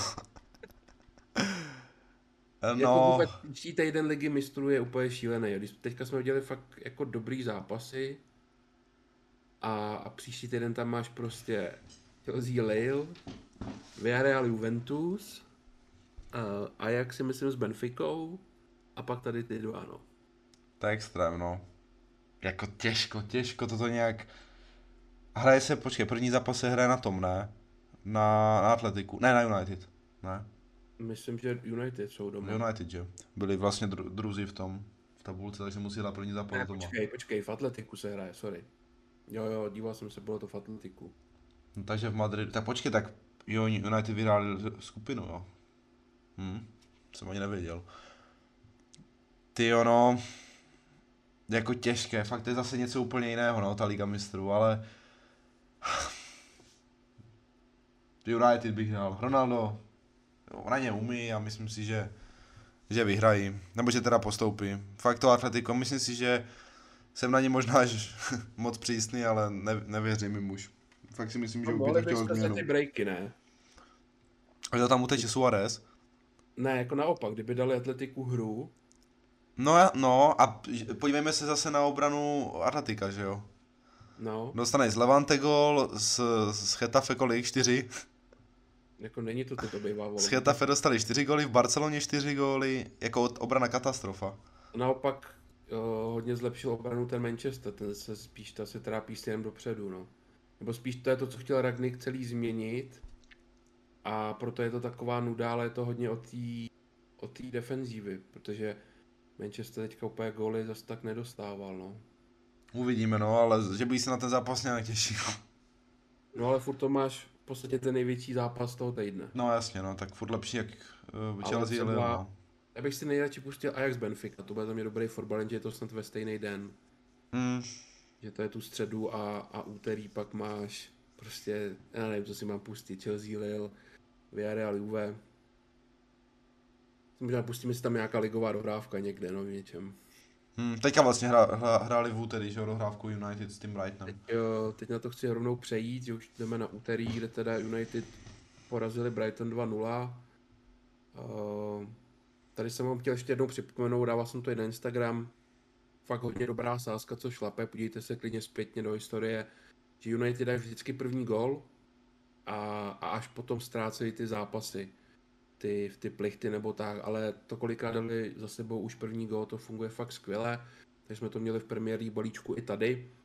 Jako vůbec příští týden ligy mistrů je úplně šílený. Když teďka jsme viděli fakt jako dobrý zápasy a příští týden tam máš prostě Chelsea Lille, Villarreal Juventus, Ajax si myslím s Benficou a pak tady ty dva, no. To je extrém, no. Jako těžko toto nějak... Hraje se, počkej, první zápas se hraje na tom, ne? Na Atletiku, ne, na United, ne? Myslím, že United jsou doma. United, že? Byli vlastně druzí v tabulce, takže musí dát první zápas doma. Počkej, v Atletiku se hraje, sorry. Jo, díval jsem se, bylo to v Atletiku. No, takže v Madridu, tak počkej, tak jo, United vyhráli skupinu, jo. Jsem ani nevěděl. Ty ono, jako těžké, fakt to je zase něco úplně jiného, no, ta Liga mistrů, ale... United bych dal, Ronaldo, jo, na ně umí a myslím si, že vyhrají, nebo že teda postoupí. Fakt to Atletico, myslím si, že jsem na ně možná až moc přísný, ale nevěřím jim už. Fakt si myslím, že by to chtělo změnu. Ty breaky, ne? A to tam uteče Suarez? Ne, jako naopak, kdyby dali Atletiku hru. No a podívejme se zase na obranu Atletika, že jo? No. Dostane z Levante gól, z Getafe kolik? 4? Jako není to bývá volno. Z Getafe dostali 4 góly, v Barceloně 4 góly, jako obrana katastrofa. Naopak hodně zlepšil obranu ten Manchester, ten se spíš se trápí směrem dopředu, no. Nebo spíš to je to, co chtěl Rangnick celý změnit a proto je to taková nuda, ale je to hodně o té defenzívy, protože Manchester teďka úplně góly zase tak nedostával, no. Uvidíme, no, ale že by se na ten zápas nějak těšil. No ale furt to máš v podstatě ten největší zápas toho týdne. No jasně, no, tak furt lepší jak Chelsea, no. Já bych si nejradši pustil Ajax Benfica, to bude za mě dobrý fotbal, jenže je to snad ve stejný den. Že to je tu středu a úterý pak máš prostě, já nevím, co si mám pustit, Chelsea, Lille, Villarreal, Juve. Možná pustíme si tam nějaká ligová dohrávka někde, no v něčem. Teďka vlastně hráli v úterý, že jo, dohrávku United s tím Brightonem. Teď na to chci rovnou přejít, že už jdeme na úterý, kde teda United porazili Brighton 2-0. Tady jsem vám chtěl ještě jednou připomenout, dával jsem to i na Instagram. Fakt hodně dobrá sázka, co šlape, podívejte se klidně zpětně do historie, že United dají vždycky první gól a až potom ztrácejí ty zápasy, ty plichty nebo tak, ale to kolikrát dali za sebou už první gól, to funguje fakt skvěle, takže jsme to měli v Premier League balíčku i tady.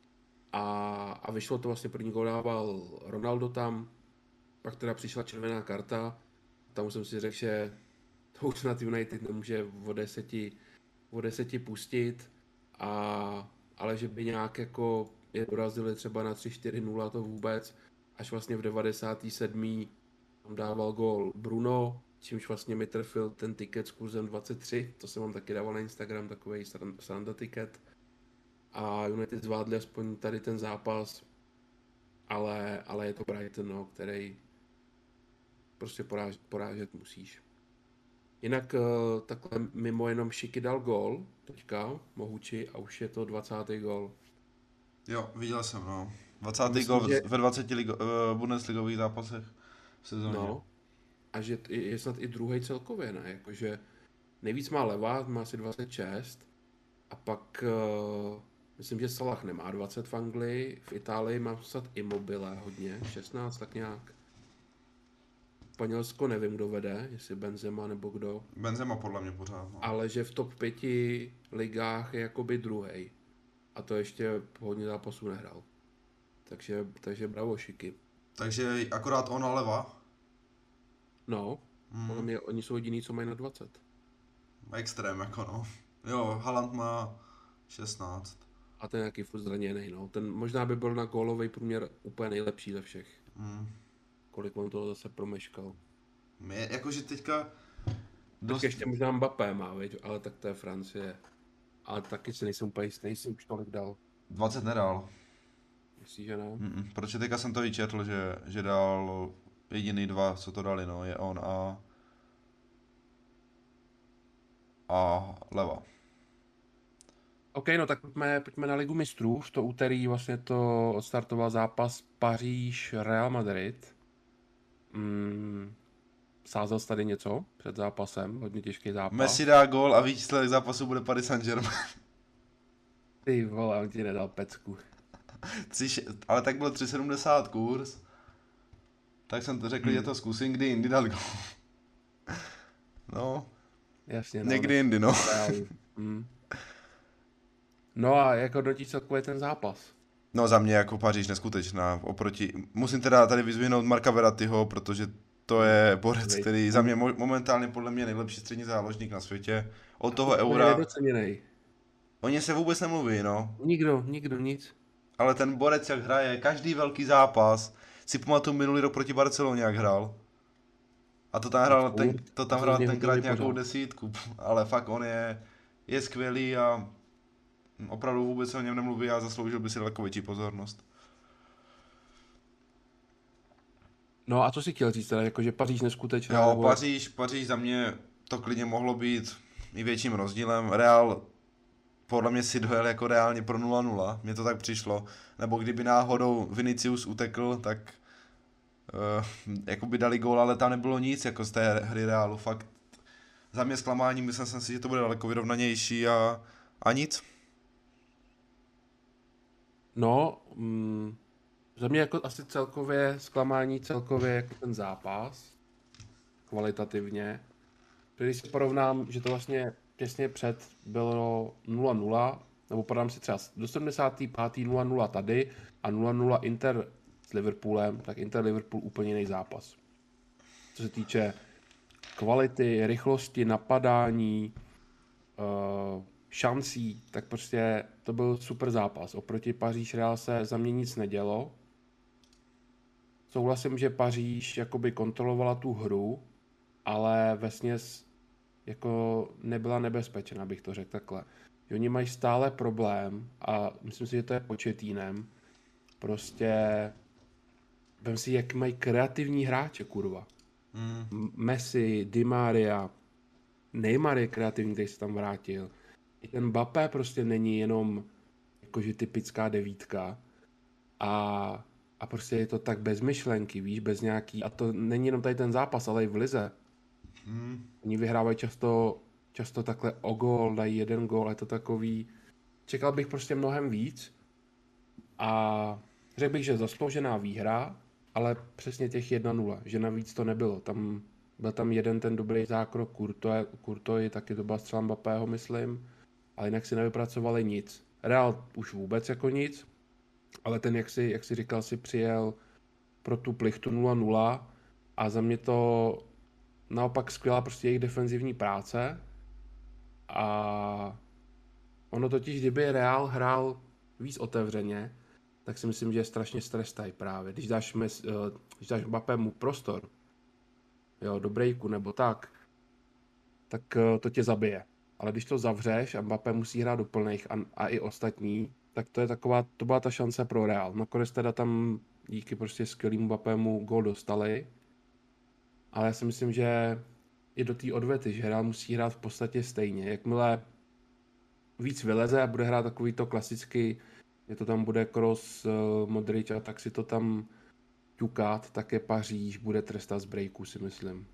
a vyšlo to vlastně, první gól dával Ronaldo tam, pak teda přišla červená karta, tam jsem si řekl, že to už snad United nemůže o 10 pustit, ale že by nějak jako je dorazili třeba na 3-4-0, to vůbec, až vlastně v 97. tam dával gól Bruno, čímž vlastně mi trefil ten tiket s kurzem 23, to jsem vám taky dával na Instagram, takový sranda tiket. A United zvládli aspoň tady ten zápas, ale je to Brighton, no, který prostě porážet musíš. Jinak takhle mimo jenom Šiky dal gól teďka, Mohuči, a už je to 20. gól. Jo, viděl jsem, no. 20. Myslím, gól že... ve 20 bundesligových zápasech v sezóně. No, a že je snad i druhý celkově, ne? Jakože nejvíc má Leva, má asi 26, a pak myslím, že Salah nemá 20 v Anglii, v Itálii má snad Immobile hodně, 16 tak nějak. Španělsko nevím, kdo vede, jestli Benzema nebo kdo. Benzema podle mě pořád, no. Ale že v top 5 ligách je jakoby druhej. A to ještě hodně zápasů nehrál. Takže bravo Šiky. Takže akorát on a Leva. No, podle mě oni jsou jediný, co mají na 20. Extrém, jako no. Jo, Haaland má 16. A ten nějaký furt zraněný, no. Ten možná by byl na gólový průměr úplně nejlepší ze všech. Kolik on toho zase promeškal. Jakože teďka... Tak ještě možná Mbappé má, viď? Ale tak to je Francie. Ale taky si nejsem úplně jistý, jestli už tolik dal. 20 nedal. Myslíš, že ne? Protože teďka jsem to vyčetl, že dal jediný dva, co to dali, no, je on a Leva. OK, no tak pojďme na Ligu mistrů. V to úterý vlastně to odstartoval zápas Paříž-Real Madrid. Sázel jsi tady něco před zápasem? Hodně těžký zápas. Messi dá gól a výsledek zápasu bude Paris Saint-Germain. Ty vole, on ti nedal pecku. Ale tak byl 3,70 kurz. Tak jsem to řekl, že to zkusím, kdy jindy dal gól. No. Jasně, no. Někdy jindy, no. No a jak hodnotíš celkově ten zápas? No za mě jako Paříž neskutečná. Musím teda tady vyzvihnout Marka Verrattiho, protože to je borec, který za mě momentálně podle mě nejlepší střední záložník na světě. Od toho Eura. O něm se vůbec nemluví, no. Nikdo, nic. Ale ten borec, jak hraje, každý velký zápas, si pamatuju minulý rok proti Barceloně, jak hrál. A to tam hrál tenkrát nějakou desítku, ale fakt on je skvělý a opravdu vůbec se o něm nemluví a zasloužil by si daleko větší pozornost. No a co jsi chtěl říct teda, jakože Paříž neskutečná? Jo, Paříž za mě to klidně mohlo být i větším rozdílem. Real podle mě si dojel jako reálně pro 0-0, mně to tak přišlo. Nebo kdyby náhodou Vinicius utekl, tak jako by dali gól, ale tam nebylo nic jako z té hry Realu. Fakt za mě zklamání, myslel jsem si, že to bude daleko vyrovnanější a nic. No, za mě jako asi zklamání celkově jako ten zápas, kvalitativně. Když si porovnám, že to vlastně těsně před bylo 0-0, nebo podám si třeba do 75. 0-0 tady a 0-0 Inter s Liverpoolem, tak Inter Liverpool úplně jiný zápas. Co se týče kvality, rychlosti, napadání, šancí, tak prostě to byl super zápas. Oproti Paříž Real se za mě nic nedělo. Souhlasím, že Paříž jakoby kontrolovala tu hru, ale vesměs jako nebyla nebezpečná, bych to řekl takhle. Že oni mají stále problém a myslím si, že to je Pochettínem. Prostě vem si, jak mají kreativní hráče, kurva. Messi, Di Maria, Neymar je kreativní, který se tam vrátil. I ten Mbappé prostě není jenom jakože typická devítka a prostě je to tak bez myšlenky, víš, bez nějaký, a to není jenom tady ten zápas, ale i v lize. Oni vyhrávají často takhle o gól, dají jeden gól, je to takový, čekal bych prostě mnohem víc a řekl bych, že zasloužená výhra, ale přesně těch 1-0, že navíc to nebylo, byl tam jeden ten dobrý zákrok Courtois, taky to byla střela Mbappého, myslím, ale jinak si nevypracovali nic. Real už vůbec jako nic. ale ten, jak si říkal, si přijel pro tu plichtu 0-0 a za mě to naopak skvělá prostě jejich defenzivní práce a ono totiž, kdyby Real hrál víc otevřeně, tak si myslím, že je strašně strestaj právě. Když dáš Mbappému prostor, jo, do breaku nebo tak to tě zabije. Ale když to zavřeš a Mbappé musí hrát do plných a i ostatní, tak to byla ta šance pro Real. Nakonec teda tam díky prostě skvělému Mbappému gól dostali, ale já si myslím, že i do té odvety, že Real musí hrát v podstatě stejně. Jakmile víc vyleze a bude hrát takový to klasicky, že to tam bude Kroos, Modric a tak si to tam ťukat, tak je Paříž bude trestat z breaku, si myslím.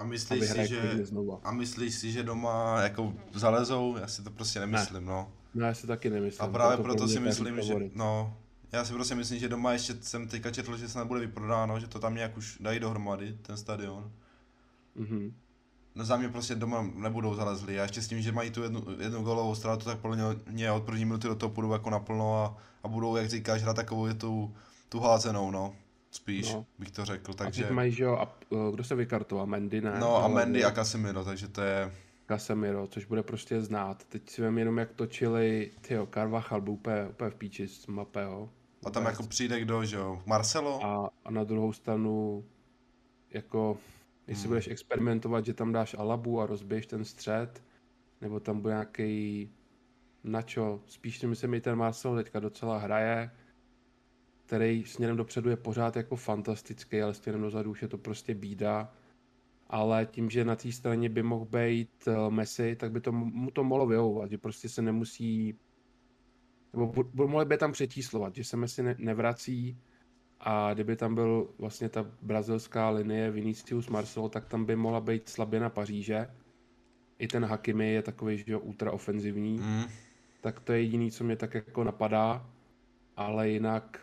A myslíš si, že doma jako zalezou? Já si to prostě nemyslím, Ne. no. No, já si taky nemyslím. A právě To pro proto mě si je myslím, že, favorit. no, já si prostě myslím, že doma ještě jsem teďka četl, že se nebude vyprodáno, že to tam nějak už dají dohromady, ten stadion. Mhm. No za mě prostě doma nebudou zalezli. Já ještě s tím, že mají tu jednu gólovou ztrátu, tak podle mě od první minuty do toho půjdu jako naplno a budou, jak říkáš, hrát takovou tu házenou, no. Spíš No. bych to řekl, A takže... teď mají, že jo, kdo se vykartoval? Mendy, ne? No a Mendy a Valevo, Casemiro, takže to je... Casemiro, což bude prostě znát. Teď si vím jenom, jak točili, Carvajal byl úplně v píči z Mbappého. A tam jako přijde kdo, že jo? Marcelo? A na druhou stranu, jako, jestli budeš experimentovat, že tam dáš Alabu a rozbiješ ten střed, nebo tam bude nějaký Nacho, spíš si myslím, i ten Marcelo teďka docela hraje, který směrem dopředu je pořád jako fantastický, ale směrem dozadu už je to prostě bída. Ale tím, že na té straně by mohl být Messi, tak by mu to mohlo vyhovovat, že prostě se nemusí, nebo mohli by tam přečíslovat, že se Messi nevrací a kdyby tam byl vlastně ta brazilská linie Vinicius Marcelo, tak tam by mohla být slabina Paříže. I ten Hakimi je takový, že ultra ofenzivní. Tak to je jediný, co mě tak jako napadá, ale jinak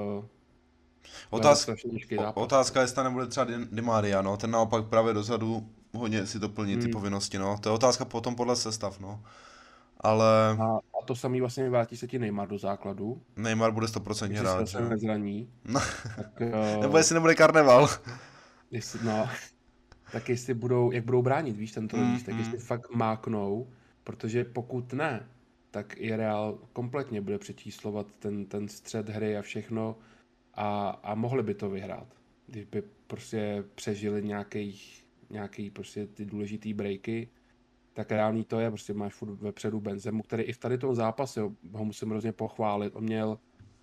Otázka, jestli tam nebude třeba Di Maria, no, ten naopak právě dozadu hodně si to plní ty povinnosti, no, to je otázka potom podle sestav, no, ale... A to samý vlastně vrátí se ti Neymar do základu. Neymar bude 100% hrát, že? Nezraní. No. Tak, nebo jestli nebude karneval. Tak jestli jak budou bránit, víš, tento tak jestli fakt máknou, protože pokud ne, tak i Real kompletně bude přečíslovat ten střed hry a všechno a mohli by to vyhrát, když by prostě přežili nějaký prostě ty důležitý breaky, tak reálný to je, prostě máš furt vepředu Benzemu, který i v tady tom zápase, ho musím hrozně pochválit, on měl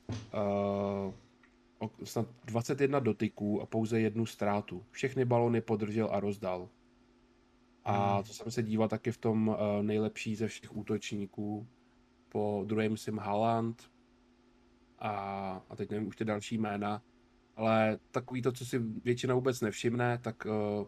snad 21 dotyků a pouze jednu ztrátu. Všechny balony podržel a rozdal. A to jsem se díval taky v tom nejlepší ze všech útočníků. Po druhém myslím Haaland a teď nevím už ty další jména, ale takový to, co si většina vůbec nevšimne, tak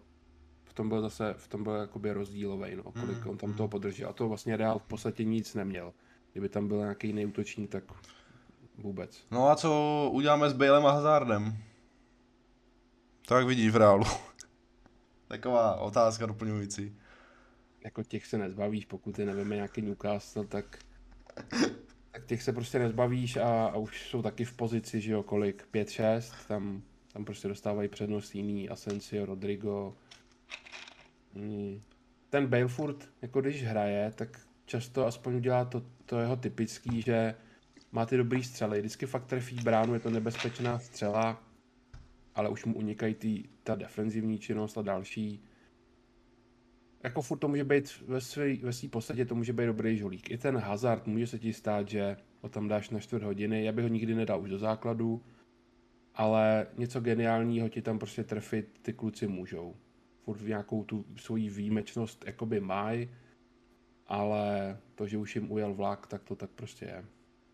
v tom byl jakoby rozdílovej, no, kolik on tam toho podržel. A to vlastně Real v podstatě nic neměl. Kdyby tam byl nějaký jiný útočník, tak vůbec. No a co uděláme s Balem a Hazardem? To jak vidíš v Realu? Taková otázka doplňující. Jako těch se nezbavíš, pokud je nevíme nějaký Newcastle, tak těch se prostě nezbavíš a už jsou taky v pozici, že jo, kolik, 5-6, tam prostě dostávají přednost jiný, Asensio, Rodrigo. Ten Bale furt, jako když hraje, tak často aspoň udělá to jeho typický, že má ty dobrý střely, vždycky fakt trefí bránu, je to nebezpečná střela, ale už mu unikají ta defenzivní činnost a další. Jako furt to může být ve své podstatě, to může být dobrý žolík. I ten Hazard, může se ti stát, že ho tam dáš na 4 hodiny, já bych ho nikdy nedal už do základu, ale něco geniálního ti tam prostě trefit ty kluci můžou. Furt v nějakou tu svoji výjimečnost jakoby mají, ale to, že už jim ujel vlak, tak to tak prostě je.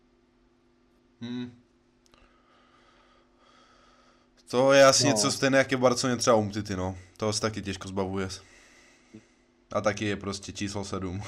To je asi něco stejné, jak je v Barceloně třeba Umtity, no. Toho se taky těžko zbavuje. A taky je prostě číslo 7.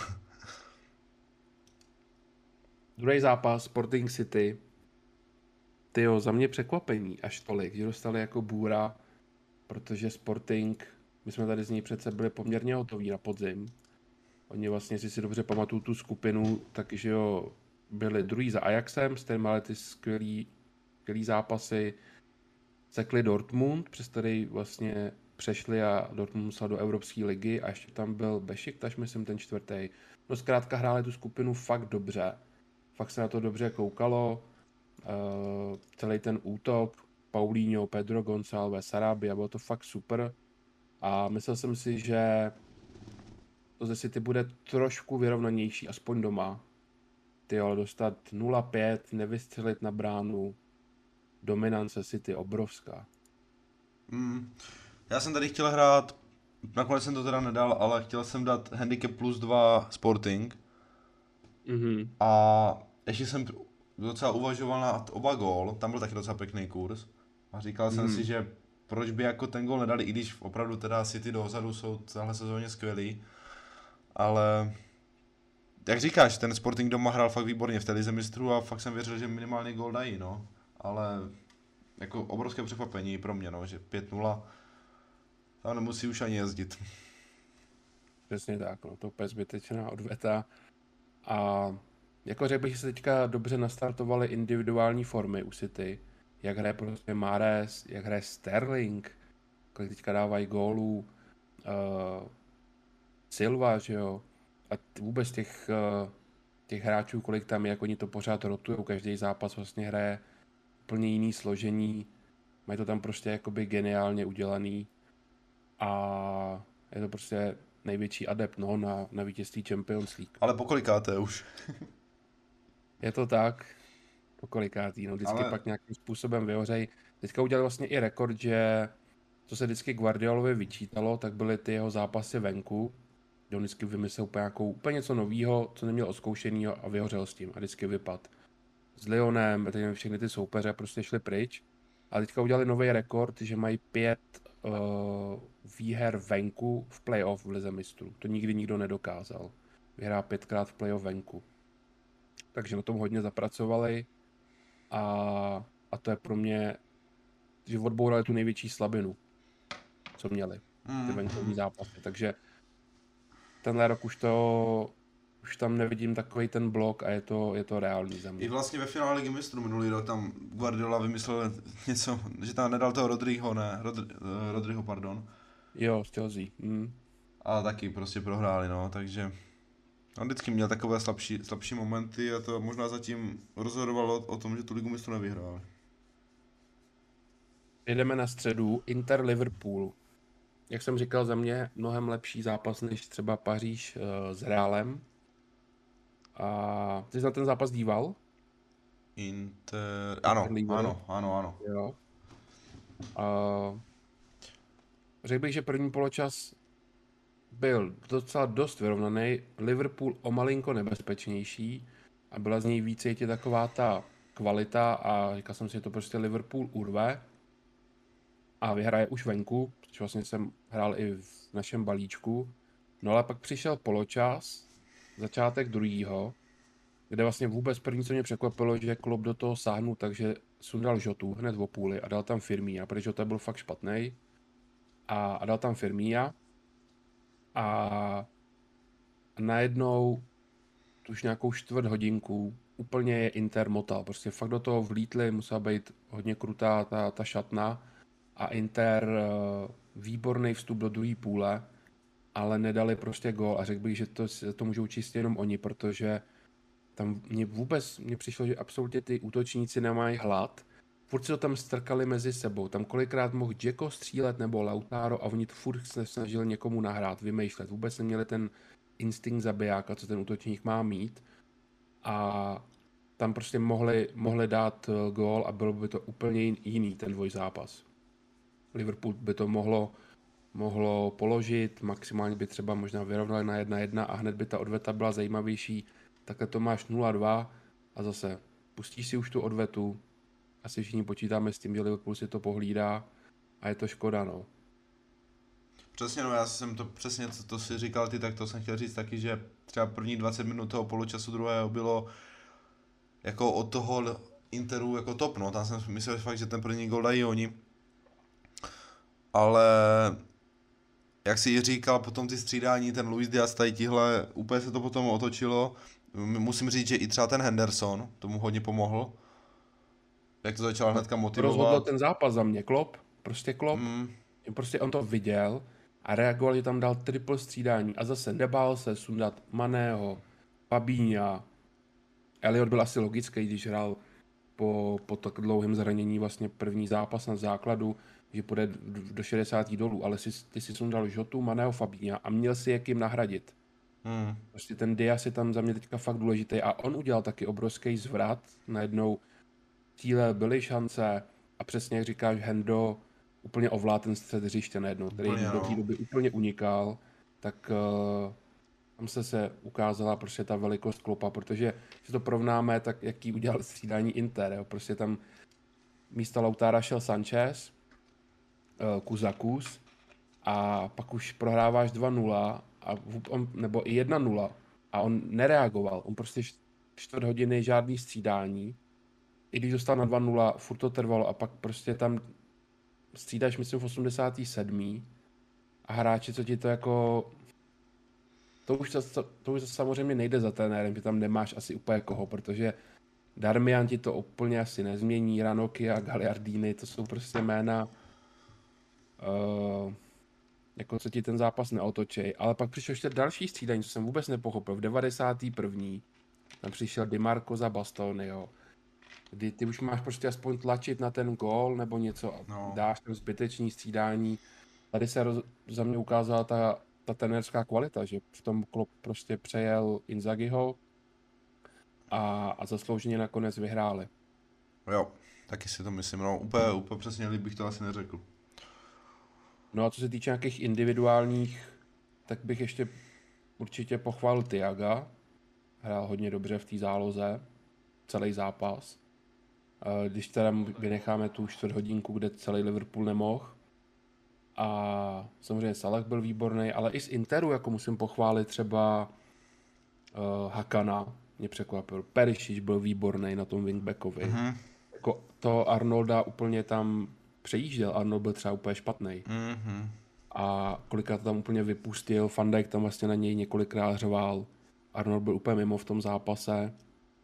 Druhý zápas, Sporting City. Tyjo, za mě překvapení až tolik, že dostali jako bůra, protože Sporting, my jsme tady z něj přece byli poměrně hotoví na podzim. Oni vlastně, si dobře pamatuju tu skupinu, takže jo, byli druhý za Ajaxem, s kterými měli ty skvělý skvělý zápasy. Sekli Dortmund, přes který vlastně přešli a Dortmund musel do Evropské ligy a ještě tam byl Bešiktaš, myslím, ten čtvrtý. No zkrátka hráli tu skupinu fakt dobře. Fakt se na to dobře koukalo. Celý ten útok, Paulinho, Pedro Gonçalves, Sarabia, bylo to fakt super. A myslel jsem si, že to ze City bude trošku vyrovnanější, aspoň doma. Ale dostat 0-5, nevystřelit na bránu, dominance City obrovská. Já jsem tady chtěl hrát, nakonec jsem to teda nedal, ale chtěl jsem dát handicap +2 Sporting. A ještě jsem docela uvažoval na oba gól, tam byl taky docela pěkný kurz. A říkal jsem si, že proč by jako ten gól nedali, i když opravdu teda City dozadu jsou celé sezóně skvělý. Ale jak říkáš, ten Sporting doma hrál fakt výborně v té lize mistrů a fakt jsem věřil, že minimálně gól dají, no. Ale jako obrovské překvapení pro mě, no, že 5-0, tam nemusí už ani jezdit. Přesně tak, no, to úplně zbytečná odveta. A jako řekl bych, že se teďka dobře nastartovaly individuální formy u City. Jak hraje prostě Mahrez, jak hraje Sterling, kolik teďka dávají gólů, Silva, že jo. A vůbec těch hráčů, kolik tam je, jak oni to pořád rotujou, každý zápas vlastně hraje úplně jiný složení, mají to tam prostě jakoby geniálně udělaný a je to prostě největší adept na vítězství Champions League. Ale pokolikáté už? Je to tak, pokolikátý, no vždycky pak nějakým způsobem vyhořej. Teďka udělali vlastně i rekord, že co se vždycky Guardiolovi vyčítalo, tak byly ty jeho zápasy venku, kde on vždycky vymyslel úplně něco novýho, co neměl odzkoušenýho a vyhořel s tím a vždycky vypad. S Lyonem, teď všechny ty soupeře prostě šli pryč. A teďka udělali nový rekord, že mají 5 výher venku v playoff v lize mistrů. To nikdy nikdo nedokázal. Vyhrá 5krát v playoff venku. Takže na tom hodně zapracovali a to je pro mě, že odbourali tu největší slabinu, co měli, ty venkovní zápasy. Takže tenhle rok už tam nevidím takový ten blok a je to reálný za mě. I vlastně ve finále Ligy mistrů minulý rok tam Guardiola vymyslel něco, že tam nedal toho Rodryho, pardon. Jo, z Chelsea. A taky prostě prohráli, no, takže on vždycky měl takové slabší momenty a to možná zatím rozhodovalo o tom, že tu Ligu mistrů nevyhrál. Jdeme na středu, Inter Liverpool. Jak jsem říkal, za mě mnohem lepší zápas než třeba Paříž s Realem. A ty jsi na ten zápas díval? Ano. Jo. Řekl bych, že první poločas byl docela dost vyrovnaný, Liverpool o malinko nebezpečnější a byla z něj víc cítit taková ta kvalita a říkal jsem si, že to prostě Liverpool urve a vyhraje už venku, což vlastně jsem hrál i v našem balíčku. No ale pak přišel poločas, začátek druhýho, kde vlastně vůbec první, co mě překvapilo, že Klopp do toho sáhnul, takže sundal Žotu hned v půli a dal tam Firmína, protože Žota byl fakt špatný a dal tam Firmína a najednou už nějakou čtvrt hodinku úplně je Inter motal, prostě fakt do toho vlítli, musela být hodně krutá ta šatna a Inter výborný vstup do druhé půle, ale nedali prostě gól a řekl bych, že to můžou čistě jenom oni, protože tam mně přišlo, že absolutně ty útočníci nemají hlad. Furt se to tam strkali mezi sebou. Tam kolikrát mohl Dzeko střílet nebo Lautaro a oni to furt se snažili někomu nahrát, vymýšlet. Vůbec neměli ten instinkt zabijáka, co ten útočník má mít. A tam prostě mohli dát gól a bylo by to úplně jiný ten dvojzápas. Liverpool by to mohlo položit, maximálně by třeba možná vyrovnali na 1-1 a hned by ta odveta byla zajímavější. Takhle to máš 0-2 a zase pustíš si už tu odvetu. Asi všichni počítáme s tím, že Liverpool si to pohlídá a je to škoda, no. Přesně, no já jsem to přesně, to si říkal ty, tak to jsem chtěl říct taky, že třeba první 20 minut toho poločasu druhého bylo jako od toho Interu jako top, no, tam jsem myslel fakt, že ten první gol dají oni. Ale jak si říkal, potom ty střídání, ten Luis Diaz tady tihle, úplně se to potom otočilo. Musím říct, že i třeba ten Henderson tomu hodně pomohl. Jak to začal hnedka Rozhodlo motivovat. ten zápas za mě, Klopp. Mm, Prostě on to viděl a reagoval, že tam dal triple střídání a zase nebál se sundat Maného, Fabinha. Elliot byl asi logický, když hrál po tak dlouhém zranění vlastně první zápas na základu, že půjde do 60 dolů, ale ty si sundal Žotu, Maného, Fabinha a měl si jak jim nahradit. Prostě ten Diaz je tam za mě teďka fakt důležitý a on udělal taky obrovský zvrat, najednou cíle byly šance a přesně jak říkáš, Hendo úplně ovládl ten střed hřiště najednou, který Úplně, do té no. doby úplně unikal, tak tam se ukázala prostě ta velikost Kloppa, protože když to porovnáme, tak jaký udělal střídání Inter, jo? Prostě tam místo Lautára šel Sanchez, Kuzakus a pak už prohráváš 2-0 a nebo i 1-0 a on nereagoval, on prostě čtvrt hodiny žádný střídání, i když dostal na 2-0, furt to trvalo a pak prostě tam střídáš, myslím, v 87. a hráči, co ti to jako... To už samozřejmě nejde za trenérem, že tam nemáš asi úplně koho, protože Darmian ti to úplně asi nezmění, Ranoky a Gagliardini, to jsou prostě jména, jako co ti ten zápas neotočej. Ale pak přišlo ještě další střídání, co jsem vůbec nepochopil. V 91. tam přišel Di Marco za Bastonio, kdy ty už máš prostě aspoň tlačit na ten gól nebo něco a dáš tam zbytečný střídání. Tady se za mě ukázala ta trenérská kvalita, že v tom Klopp prostě přejel Inzaghiho a zaslouženě nakonec vyhráli. Jo, taky si to myslím, no úplně přesně líp bych to asi neřekl. No a co se týče nějakých individuálních, tak bych ještě určitě pochválil Thiaga. Hrál hodně dobře v té záloze, celý zápas. Když teda vynecháme tu čtvrthodinku, kde celý Liverpool nemohl. A samozřejmě Salah byl výborný, ale i z Interu jako musím pochválit třeba Hakana, mě překvapil. Perisic byl výborný na tom wingbackovi. Mm-hmm. Jako to Arnolda úplně tam přejížděl, Arnold byl třeba úplně špatný. Mm-hmm. A kolikrát tam úplně vypustil, Van Dijk tam vlastně na něj několikrát řval. Arnold byl úplně mimo v tom zápase.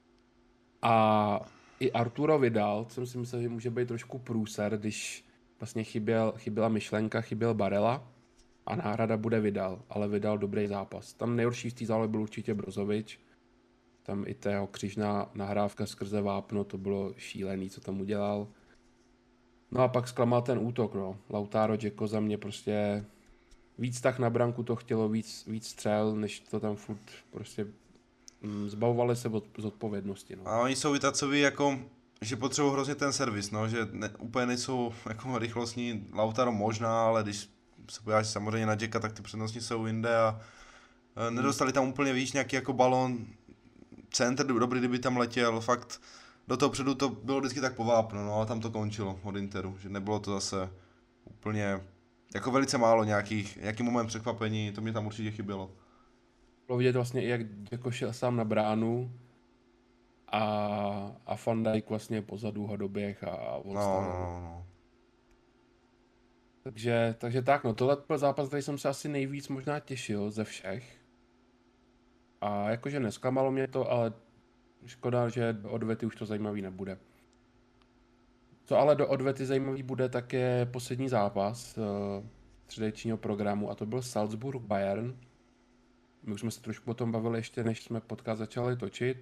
A i Arturo Vidal, jsem si myslel, že může být trošku průser, když vlastně chyběla myšlenka, chyběl Barella a náhrada bude Vidal, ale Vidal dobrý zápas. Tam nejhorší v té záloze byl určitě Brozovič, tam i tého křižná nahrávka skrze vápno, to bylo šílený, co tam udělal. No a pak zklamal ten útok, no. Lautaro, Dzeko za mě prostě víc tak na branku to chtělo, víc střel, než to tam furt prostě zbavovali se od zodpovědnosti, no. A oni jsou i takový jako, že potřebují hrozně ten servis, no, že úplně nejsou jako rychlostní, Lautaro možná, ale když se podíváš samozřejmě na Dzeka, tak ty přednosti jsou jinde a nedostali tam úplně víc nějaký jako balón, centr dobrý, kdyby tam letěl, fakt do toho předu to bylo vždycky tak povápno, no a tam to končilo od Interu, že nebylo to zase úplně, jako velice málo nějaký moment překvapení, to mě tam určitě chybělo. Bylo vidět vlastně i jak Dzeko šel sám na bránu a Van Dijk vlastně pozadu ho doběh a odstavil. No. Takže tak, no tohle byl zápas, který jsem se asi nejvíc možná těšil ze všech. A jakože nesklamalo mě to, ale škoda, že do odvety už to zajímavý nebude. Co ale do odvety zajímavý bude, tak je poslední zápas středečního programu a to byl Salzburg-Bayern. My už jsme se trošku o tom bavili ještě, než jsme podcast začali točit.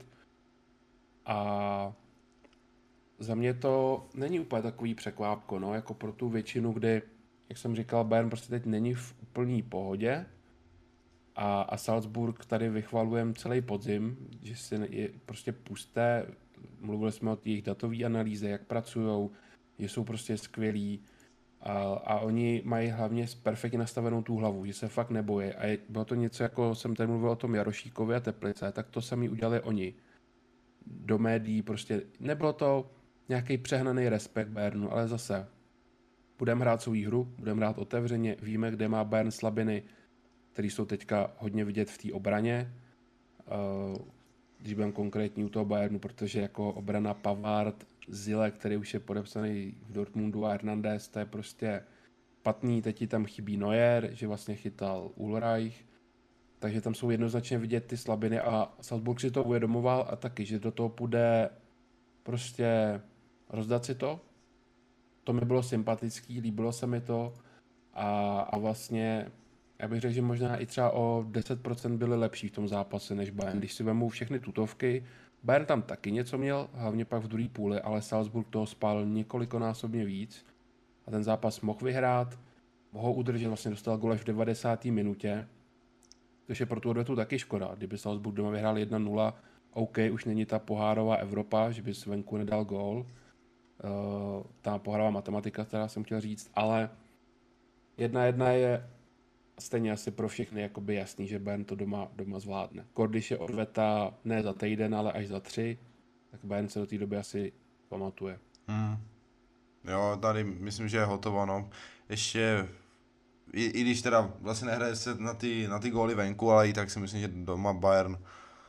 A za mě to není úplně takový překvápko, no, jako pro tu většinu, kdy, jak jsem říkal, Bayern prostě teď není v úplný pohodě a Salzburg tady vychvalujeme celý podzim, že si je prostě pusté, mluvili jsme o jejich datové analýze, jak pracujou, že jsou prostě skvělí a oni mají hlavně perfektně nastavenou tu hlavu, že se fakt nebojí a bylo to něco, jako jsem tady mluvil o tom Jarošíkovi a Teplice, tak to sami udělali oni. Do médií prostě nebylo to nějaký přehnaný respekt Bayernu, ale zase budeme hrát svou hru, budeme hrát otevřeně, víme, kde má Bayern slabiny, které jsou teďka hodně vidět v té obraně, když budeme konkrétní u toho Bayernu, protože jako obrana Pavard, Zile, který už je podepsaný v Dortmundu a Hernandez, to je prostě špatný, teď ti tam chybí Neuer, že vlastně chytal Ulreich, takže tam jsou jednoznačně vidět ty slabiny a Salzburg si to uvědomoval a taky, že do toho půjde prostě rozdat si to mi bylo sympatický, líbilo se mi to a vlastně já bych řekl, že možná i třeba o 10% byli lepší v tom zápase než Bayern. Když si vemu všechny tutovky, Bayern tam taky něco měl, hlavně pak v druhé půli, ale Salzburg toho spálil několikonásobně víc a ten zápas mohl vyhrát, mohl ho udržet, vlastně dostal gól až v 90. minutě, což je pro tu odvetu taky škoda. Kdyby Salzburg doma vyhrál 1-0, OK, už není ta pohárová Evropa, že by se venku nedal gól, ta pohárová matematika, která jsem chtěl říct, ale 1-1 je stejně asi pro všechny jakoby jasný, že Bayern to doma zvládne. Když je odveta ne za týden, ale až za 3, tak Bayern se do té doby asi pamatuje. Jo, tady myslím, že je hotovo, no. Ještě, i když teda vlastně nehraje se na ty góly venku, ale i tak si myslím, že doma Bayern.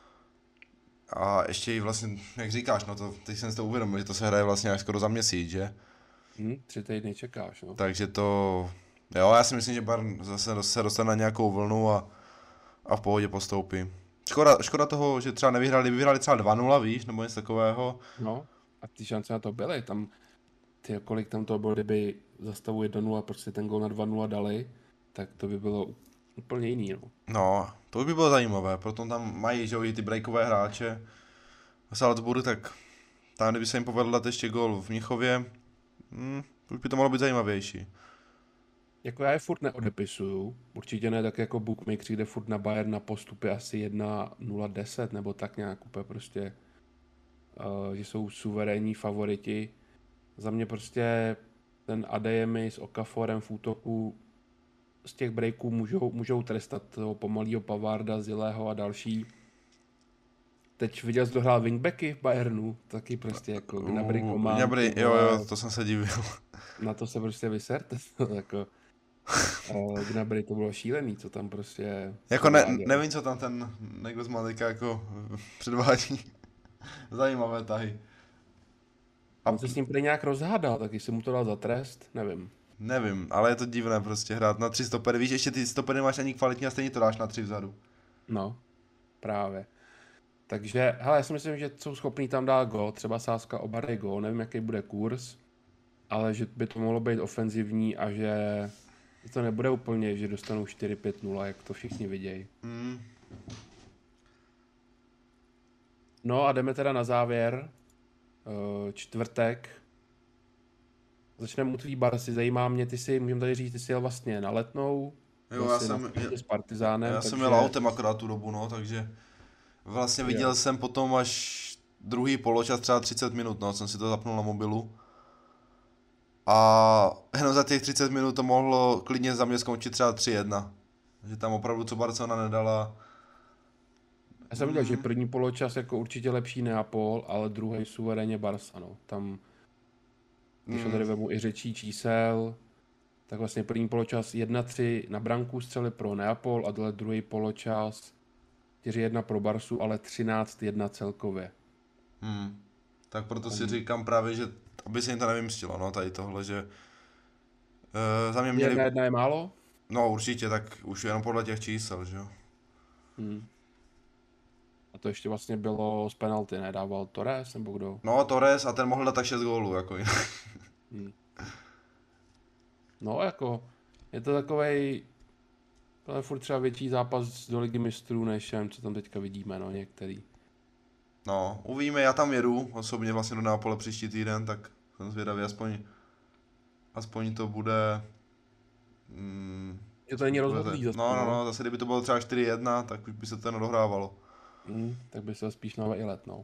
A ještě i vlastně, jak říkáš, no to, teď jsem si to uvědomil, že to se hraje vlastně až skoro za měsíc, že? 3 týdny čekáš, no. Takže to, jo, já si myslím, že Bayern zase se dostane na nějakou vlnu a v pohodě postoupí. Škoda toho, že třeba vyhráli třeba 2-0, víš, nebo něco takového. No, a ty šance na to byly, tam, kolik tam to bylo, kdyby za stavu 1-0 prostě ten gól na 2-0 dali, tak to by bylo úplně jiný, no. No, to by bylo zajímavé, proto tam mají, že jo, i ty breakové hráče. Salzburg, tak tam, kdyby se jim povedl dát ještě gól v Mnichově, už by to mohlo být zajímavější. Jako já je furt neodepisuju, určitě ne tak jako bookmakers, kde furt na Bayern na postupy asi 1-0-10 nebo tak nějak úplně prostě, že jsou suverénní favoriti. Za mě prostě ten Adeyemi s Okaforem v útoku z těch breaků můžou trestat toho pomalýho Pavarda, Zilého a další. Teď viděl jsi, kdo hrál wingbacky v Bayernu, taky prostě jako Gnabry, Coman. Gnabry, jo, to jsem se divil. Na to se prostě vyserte, jako Gnabry, to bylo šílený, co tam prostě... Jako nevím, co tam ten někdo z Malika jako předvádí. Zajímavé tahy. A on se s ním prý nějak rozhádal, tak jestli mu to dal za trest, nevím. Nevím, ale je to divné prostě hrát na 3 stopery. Víš, ještě ty stopery máš ani kvalitní a stejně to dáš na 3 vzadu. No, právě. Takže, hele, já si myslím, že jsou schopní tam dát gól, třeba sázka oba dej gól, nevím, jaký bude kurz, ale že by to mohlo být ofenzivní a že to nebude úplně, že dostanou 4-5-0, jak to všichni vidějí. No a jdeme teda na závěr. Čtvrtek. Začneme u tvý Barcy, zajímá mě, můžeme tady říct, ty jsi jel vlastně na Letnou. Jo, já jsem s Partizánem. Já jsem jel autem akorát tu dobu, no, takže vlastně viděl jsem potom až druhý poločas, třeba 30 minut, no, jsem si to zapnul na mobilu. A jenom za těch 30 minut to mohlo klidně za mě skončit třeba 3-1. Že tam opravdu co Barcelona nedala. Já jsem viděl, že první poločas jako určitě lepší Neapol, ale druhý suverénně Barca, no. Tam, když tady vemu i řečí čísel, tak vlastně první poločas 1-3 na branku střely pro Neapol a dle druhý poločas 4-1 pro Barsu, ale 13-1 celkově. Tak proto si říkám právě, že aby se jim to nevymstilo, no, tady tohle, že za mě měli... 1-1 je málo? No určitě, tak už jenom podle těch čísel, že jo. A to ještě vlastně bylo z penalty, nedával Torres nebo kdo? No Torres a ten mohl dát tak 6 gólů, jako No jako, je to takovej, to je furt třeba větší zápas do Ligy mistrů, než co tam teďka vidíme, no, některý. No, uvidíme, já tam jedu osobně vlastně do Neapole příští týden, tak jsem zvědavý, aspoň to bude... Je to není rozhodlý zase. No, zase kdyby to bylo třeba 4-1, tak už by se to nedohrávalo. Tak by se spíš i letnou.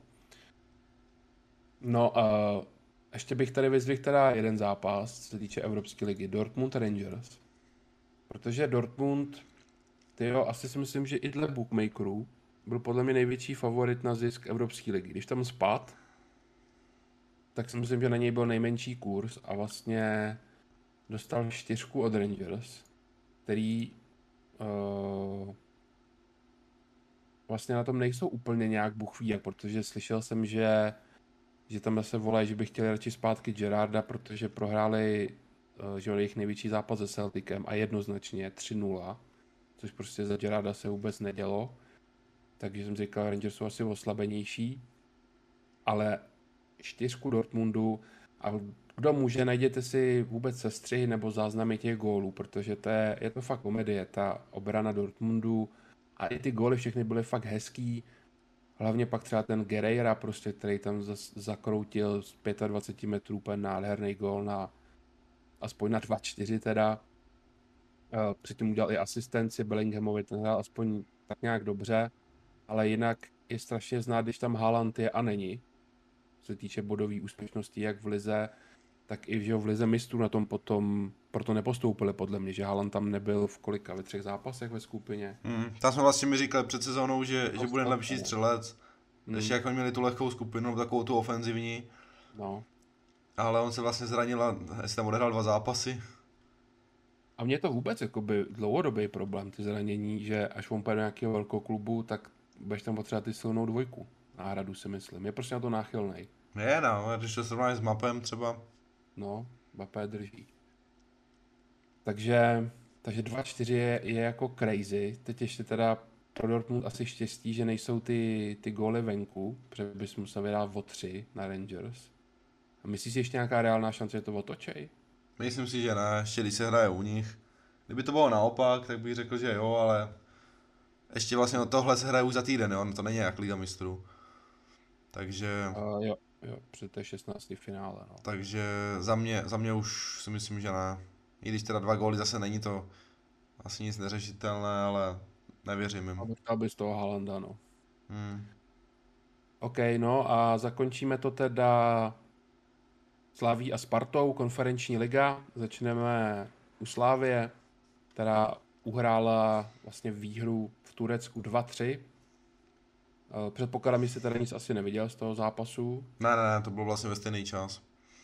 No a ještě bych tady vyzvihl teda jeden zápas, co se týče Evropské ligy, Dortmund Rangers. Protože Dortmund, asi si myslím, že i dle bookmakerů byl podle mě největší favorit na zisk Evropské ligy. Když tam spad, tak si myslím, že na něj byl nejmenší kurz a vlastně dostal 4 od Rangers, který vlastně na tom nejsou úplně nějak buchví, protože slyšel jsem, že tam se volají, že by chtěli radši zpátky Gerarda, protože prohráli že jejich největší zápas se Celticem a jednoznačně 3-0, což prostě za Gerarda se vůbec nedělo. Takže jsem říkal, Rangers jsou asi oslabenější, ale 4 Dortmundu A kdo může, najděte si vůbec sestřihy nebo záznamy těch gólů, protože je to fakt komedie, ta obrana Dortmundu a i ty góly všechny byly fakt hezký. Hlavně pak třeba ten Guerreira, prostě, který tam zakroutil z 25 metrů úplně nádherný gól na aspoň na 2-4 teda. Předtím udělal i asistenci Bellinghamovi, ten hrál aspoň tak nějak dobře, ale jinak je strašně znát, když tam Haaland je a není. Co se týče bodové úspěšnosti, jak v lize, tak i v lize mistrů na tom potom proto nepostoupili podle mě, že Haaland tam nebyl v kolika, ve 3 zápasech ve skupině. Tam jsme vlastně mi říkali před sezónou, že bude lepší střelec, ještě jak oni měli tu lehkou skupinu, takovou tu ofenzivní. No. Ale on se vlastně zranil a jestli tam odehrál 2 zápasy. A mě to vůbec jakoby dlouhodobý problém, ty zranění, že až on půjde do nějakého velkého klubu, tak budeš tam potřebovat ty silnou dvojku. Náhradu si myslím. Je prostě na to náchylnej. Je, no, když to srovnáš s Mapem třeba. No, Mbappé drží. Takže 2-4 je jako crazy. Teď ještě teda pro Dortmund asi štěstí, že nejsou ty góly venku, protože bys musel vyhrát o 3 na Rangers. A myslíš si ještě nějaká reálná šance, že to otočej? Myslím si, že ne, ještě když se hraje u nich. Kdyby to bylo naopak, tak bych řekl, že jo, ale ještě vlastně od tohle se hraje už za týden, jo, to není jak Liga mistrů. Takže... Jo, před té 16. finále, no. Takže za mě už si myslím, že ne. I když teda 2 góly zase není to asi nic neřešitelné, ale nevěřím jim. Aby z toho Haalanda, no. OK, no a zakončíme to teda Slaví a Spartou, konferenční liga. Začneme u Slávie, která uhrála vlastně výhru v Turecku 2-3. Předpokládám, že jsi teda nic asi neviděl z toho zápasu. Ne, to bylo vlastně ve stejný čas.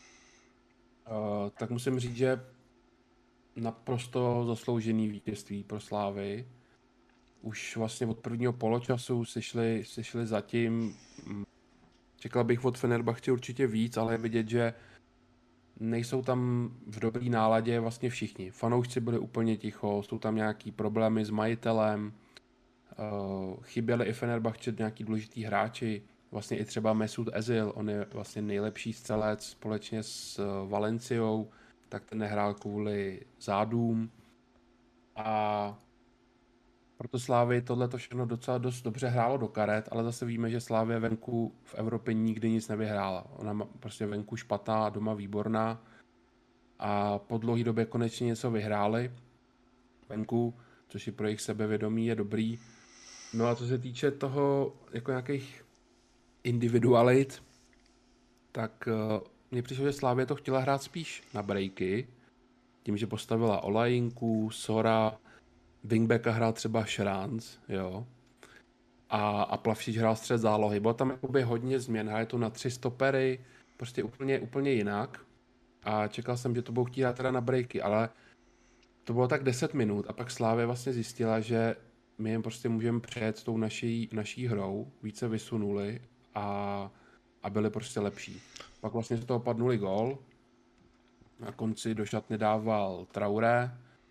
Tak musím říct, že naprosto zasloužený vítězství pro Slávy. Už vlastně od prvního poločasu si šli zatím. Čekal bych od Fenerbahce určitě víc, ale je vidět, že nejsou tam v dobrý náladě vlastně všichni. Fanoušci byli úplně ticho, jsou tam nějaký problémy s majitelem, chyběli i Fenerbahce nějaký důležitý hráči, vlastně i třeba Mesut Özil, on je vlastně nejlepší střelec společně s Valenciou, tak ten nehrál kvůli zádům a proto Slávy tohleto všechno docela dost dobře hrálo do karet, ale zase víme, že Slávě venku v Evropě nikdy nic nevyhrála. Ona prostě venku špatná, doma výborná a po dlouhé době konečně něco vyhráli venku, což i pro jejich sebevědomí je dobrý. No a co se týče toho jako nějakých individualit, tak mně přišlo, že Slávě to chtěla hrát spíš na breaky, tím, že postavila Olajinku, Sora, wingbacka hrál třeba Šránc, jo. A Plavšič hrál střed zálohy. Bylo tam jakoby hodně změn, hráli to na 3 stopery, prostě úplně jinak. A čekal jsem, že to budou chtít teda na breaky, ale to bylo tak 10 minut a pak Slávě vlastně zjistila, že my jim prostě můžeme přejet s tou naší hrou, více vysunuli a byli prostě lepší. Pak vlastně z toho padnuli gól, na konci do šatny dával Traoré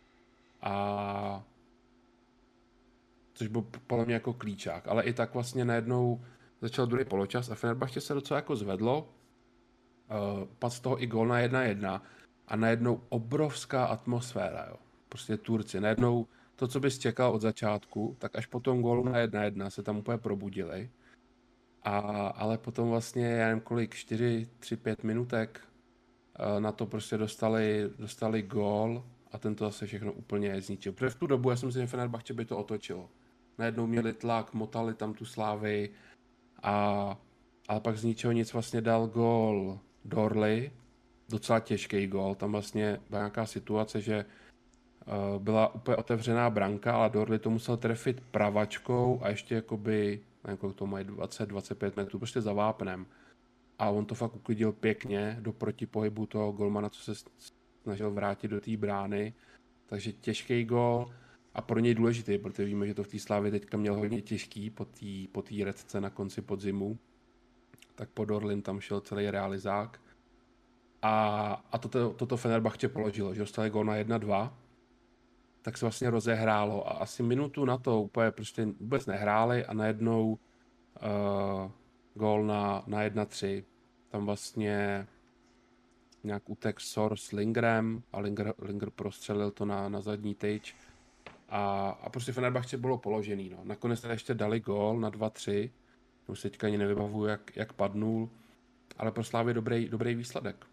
a což byl podle mě jako klíčák, ale i tak vlastně najednou začal druhý poločas a Fenerbahce se docela jako zvedlo, padl z toho i gól na 1-1 a najednou obrovská atmosféra, jo. Prostě Turci, najednou to, co bys čekal od začátku, tak až po tom gólu na 1-1 se tam úplně probudili, ale potom vlastně, já nevím kolik, 4-3-5 minutek na to prostě dostali gól a ten to zase všechno úplně zničil. Protože v tu dobu já jsem si, že Fenerbahce by to otočilo. Najednou měli tlak, motali tam tu Slávy, ale pak z ničeho nic vlastně dal gól Dorley, docela těžký gól, tam vlastně byla nějaká situace, že byla úplně otevřená branka, ale Dorley to musel trefit pravačkou a ještě jakoby, nevím, kolik to mají, 20-25 metrů, prostě za vápnem. A on to fakt uklidil pěkně do protipohybu toho golmana, co se snažil vrátit do té brány. Takže těžký gól a pro něj důležitý, protože víme, že to v té Slávě teďka měl hodně těžký po té redce na konci podzimu. Tak po Dorlin tam šel celý realizák. A toto Fenerbahce položilo, že dostali gól na 1-2, tak se vlastně rozehrálo a asi minutu na to úplně prostě vůbec nehráli a najednou gól na 1-3. Tam vlastně nějak utek Sor s Lingerem a Linger prostřelil to na zadní tyč. A prostě Fenerbahce bylo položený. No. Nakonec teda ještě dali gól na 2-3. Už se teďka ani nevybavuju, jak padnul. Ale pro Slávy dobrý výsledek.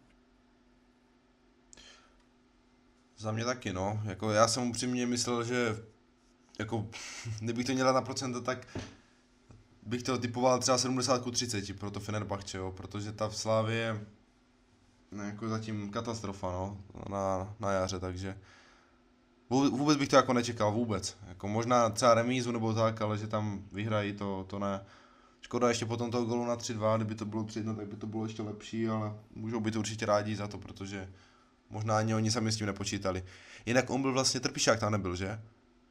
Za mě taky, no. Jako já jsem upřímně myslel, že jako, kdybych to měl dát na procenta, tak bych to typoval třeba 70-30 pro to Fenerbahce, jo, protože ta v Slávě je jako zatím katastrofa, no, na jaře, takže vůbec bych to jako nečekal, vůbec. Jako možná třeba remízu nebo tak, ale že tam vyhrají, to ne. Škoda ještě potom toho golu na 3-2, kdyby to bylo 3-1, tak by to bylo ještě lepší, ale můžou být určitě rádi za to, protože možná ani oni sami s tím nepočítali. Jinak on byl vlastně Trpišák, tam nebyl, že?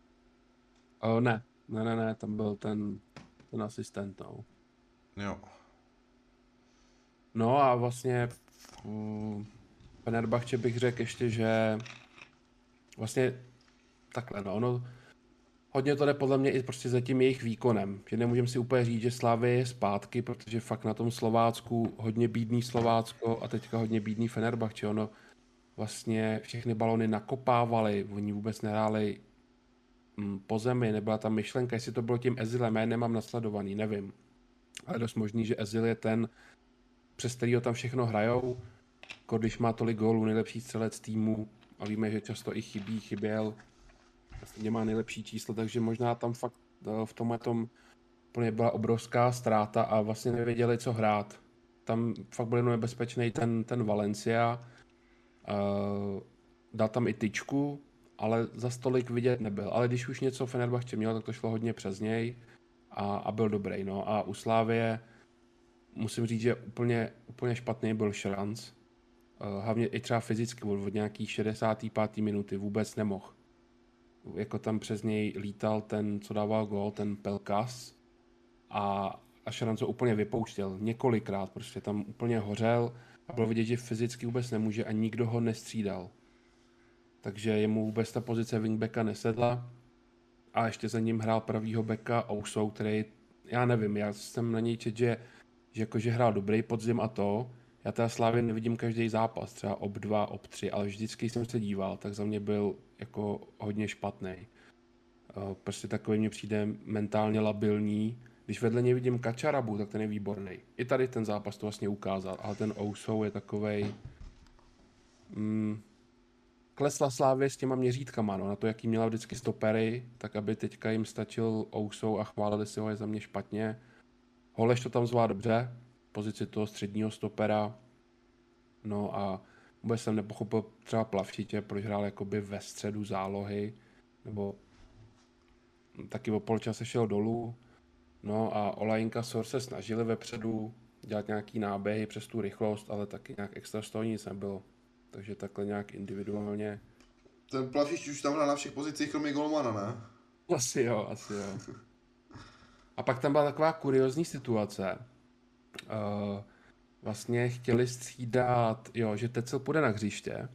Ne, tam byl ten asistent, no. Jo. No a vlastně Fenerbahce bych řekl ještě, že vlastně takhle, no, ono hodně to jde podle mě i prostě za tím jejich výkonem, že nemůžeme si úplně říct, že Slavia je zpátky, protože fakt na tom Slovácku hodně bídný Slovácko a teďka hodně bídný Fenerbahce, ono vlastně všechny balony nakopávali, oni vůbec nehráli po zemi, nebyla tam myšlenka, jestli to bylo tím Ezilem, já nemám nasledovaný, nevím. Ale dost možný, že Ezil je ten, přes kterýho tam všechno hrajou, když má tolik gólů, nejlepší střelec týmu a víme, že často i chyběl, vlastně má nejlepší číslo, takže možná tam fakt v tomhle tom úplně byla obrovská ztráta a vlastně nevěděli, co hrát. Tam fakt byl nebezpečný ten Valencia, dal tam i tyčku, ale za stolik vidět nebyl. Ale když už něco Fenerbahce měl, tak to šlo hodně přes něj a byl dobrý. No. A u Slávie musím říct, že úplně špatný byl Šranc. Hlavně i třeba fyzicky, od nějaký 65. minuty vůbec nemohl. Jako tam přes něj lítal ten, co dával gól, ten Pelkas a Šranc ho úplně vypouštěl několikrát, prostě tam úplně hořel a bylo vidět, že fyzicky vůbec nemůže a nikdo ho nestřídal. Takže jemu vůbec ta pozice wingbacka nesedla a ještě za ním hrál pravýho backa Ousou, který, já nevím, já jsem na něj čet, že hrál dobrý podzim a to, já teda Slávě nevidím každý zápas, třeba ob 2, ob 3, ale vždycky jsem se díval, tak za mě byl jako hodně špatný. Prostě takový mně přijde mentálně labilní. Když vedle něj vidím Kačarabu, tak ten je výborný. I tady ten zápas to vlastně ukázal, ale ten Ousou je takovej... klesla Slávě s těma měřítkama, no, na to, jaký měla vždycky stopery, tak aby teďka jim stačil Ousou a chválili si ho, je za mě špatně. Holeš to tam zvládl dobře, pozici toho středního stopera, no a vůbec jsem nepochopil třeba Plavšitě, proč hrál jakoby ve středu zálohy, nebo taky o poločase šel dolů, no a Olajinka Sor se snažili vepředu dělat nějaký náběhy přes tu rychlost, ale taky nějak extra z toho nic nebylo. Takže takhle nějak individuálně. Ten Plavšič už tam hrál na všech pozicích, kromě golmana, ne? Asi jo. A pak tam byla taková kuriózní situace. Vlastně chtěli střídat, že Tecel půjde na hřiště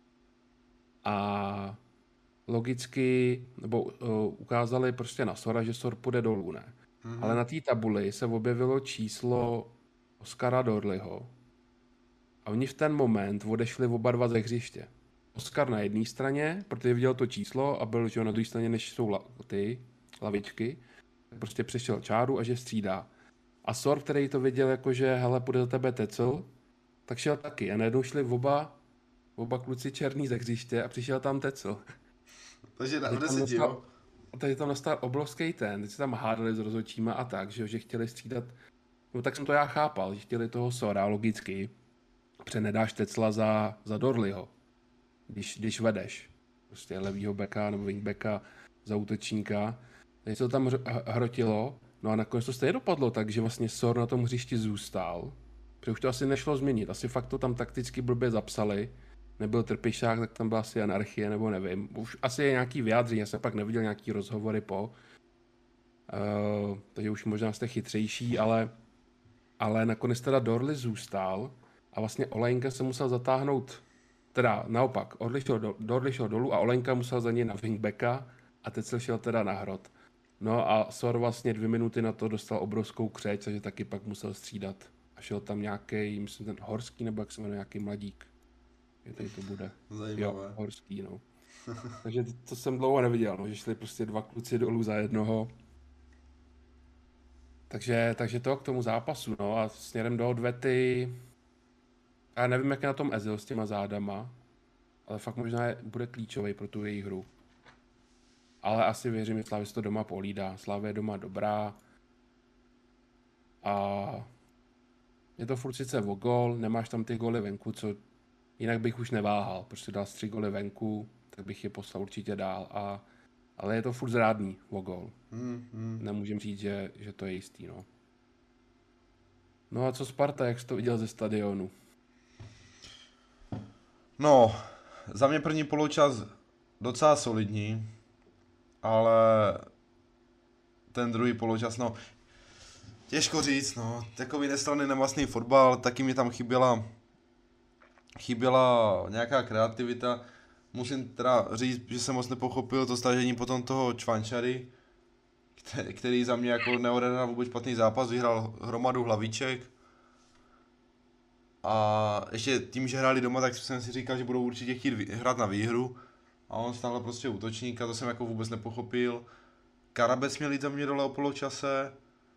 a logicky, nebo ukázali prostě na Sora, že Sor půjde dolů, ne? Ale na té tabuli se objevilo číslo Oskara Dorliho a oni v ten moment odešli oba dva ze hřiště. Oskar na jedné straně, protože viděl to číslo a byl, že na druhé straně, než jsou ty lavičky, tak prostě přešel čáru a že střídá. A Sor, který to viděl jako, že hele, půjde za tebe Tecel, tak šel taky. A najednou šli oba kluci černý ze hřiště a přišel tam Tecel. Takže na 10, jo? Takže tam nastal obrovský teď se tam hádali s rozhodčíma a tak, že chtěli střídat. No tak jsem to já chápal, že chtěli toho Sora, logicky. Protože nedáš Tecla za Dorliho, když vedeš. Prostě levýho beka nebo wingbacka za útočníka. Takže se to tam hrotilo. No a nakonec to stejně dopadlo, takže vlastně Sor na tom hřišti zůstal. Protože už to asi nešlo změnit. Asi fakt to tam takticky blbě zapsali. Nebyl Trpišák, tak tam byla asi anarchie, nebo nevím. Už asi je nějaký vyjádření, já jsem pak neviděl nějaký rozhovory takže už možná jste chytřejší, ale nakonec teda Dorli zůstal a vlastně Olejnka se musel zatáhnout, teda naopak, Dorli šel dolů a Olejnka musel za něj na wingbacka a Tecel šel teda na hrot. No a Sor vlastně 2 minuty na to dostal obrovskou křeč, takže taky pak musel střídat. A šel tam nějaký, myslím ten Horský, nebo jak se jmenuje, nějaký mladík. tady to bude. Zajímavé. Jo, horský, no. Takže to jsem dlouho neviděl, no, že šli prostě dva kluci dolů za jednoho. Takže to k tomu zápasu, no, a směrem do odvety, já nevím, jak je na tom Ezil s těma zádama, ale fakt možná bude klíčový pro tu jejich hru. Ale asi věřím, že Slavia si to doma pohlídá. Slavia je doma dobrá. A je to furt sice o gól, nemáš tam ty góly venku, co jinak bych už neváhal. Prostě dal 3 góly venku, tak bych je poslal určitě dál. Ale je to furt zrádný o gól. Nemůžem říct, že to je jistý, no. No a co Sparta, jak jsi to viděl ze stadionu? No, za mě první poločas docela solidní, ale ten druhý poločas, no, těžko říct, no, takový nestranný nemastný fotbal, taky mi tam chyběla nějaká kreativita. Musím teda říct, že jsem moc nepochopil to stažení potom toho Čvančary, který za mě jako neodehrál vůbec špatný zápas, vyhrál hromadu hlavíček. A ještě tím, že hráli doma, tak jsem si říkal, že budou určitě chtít hrát na výhru. A on stále prostě útočník a to jsem jako vůbec nepochopil. Karabec měl jít za mě dole o poločase.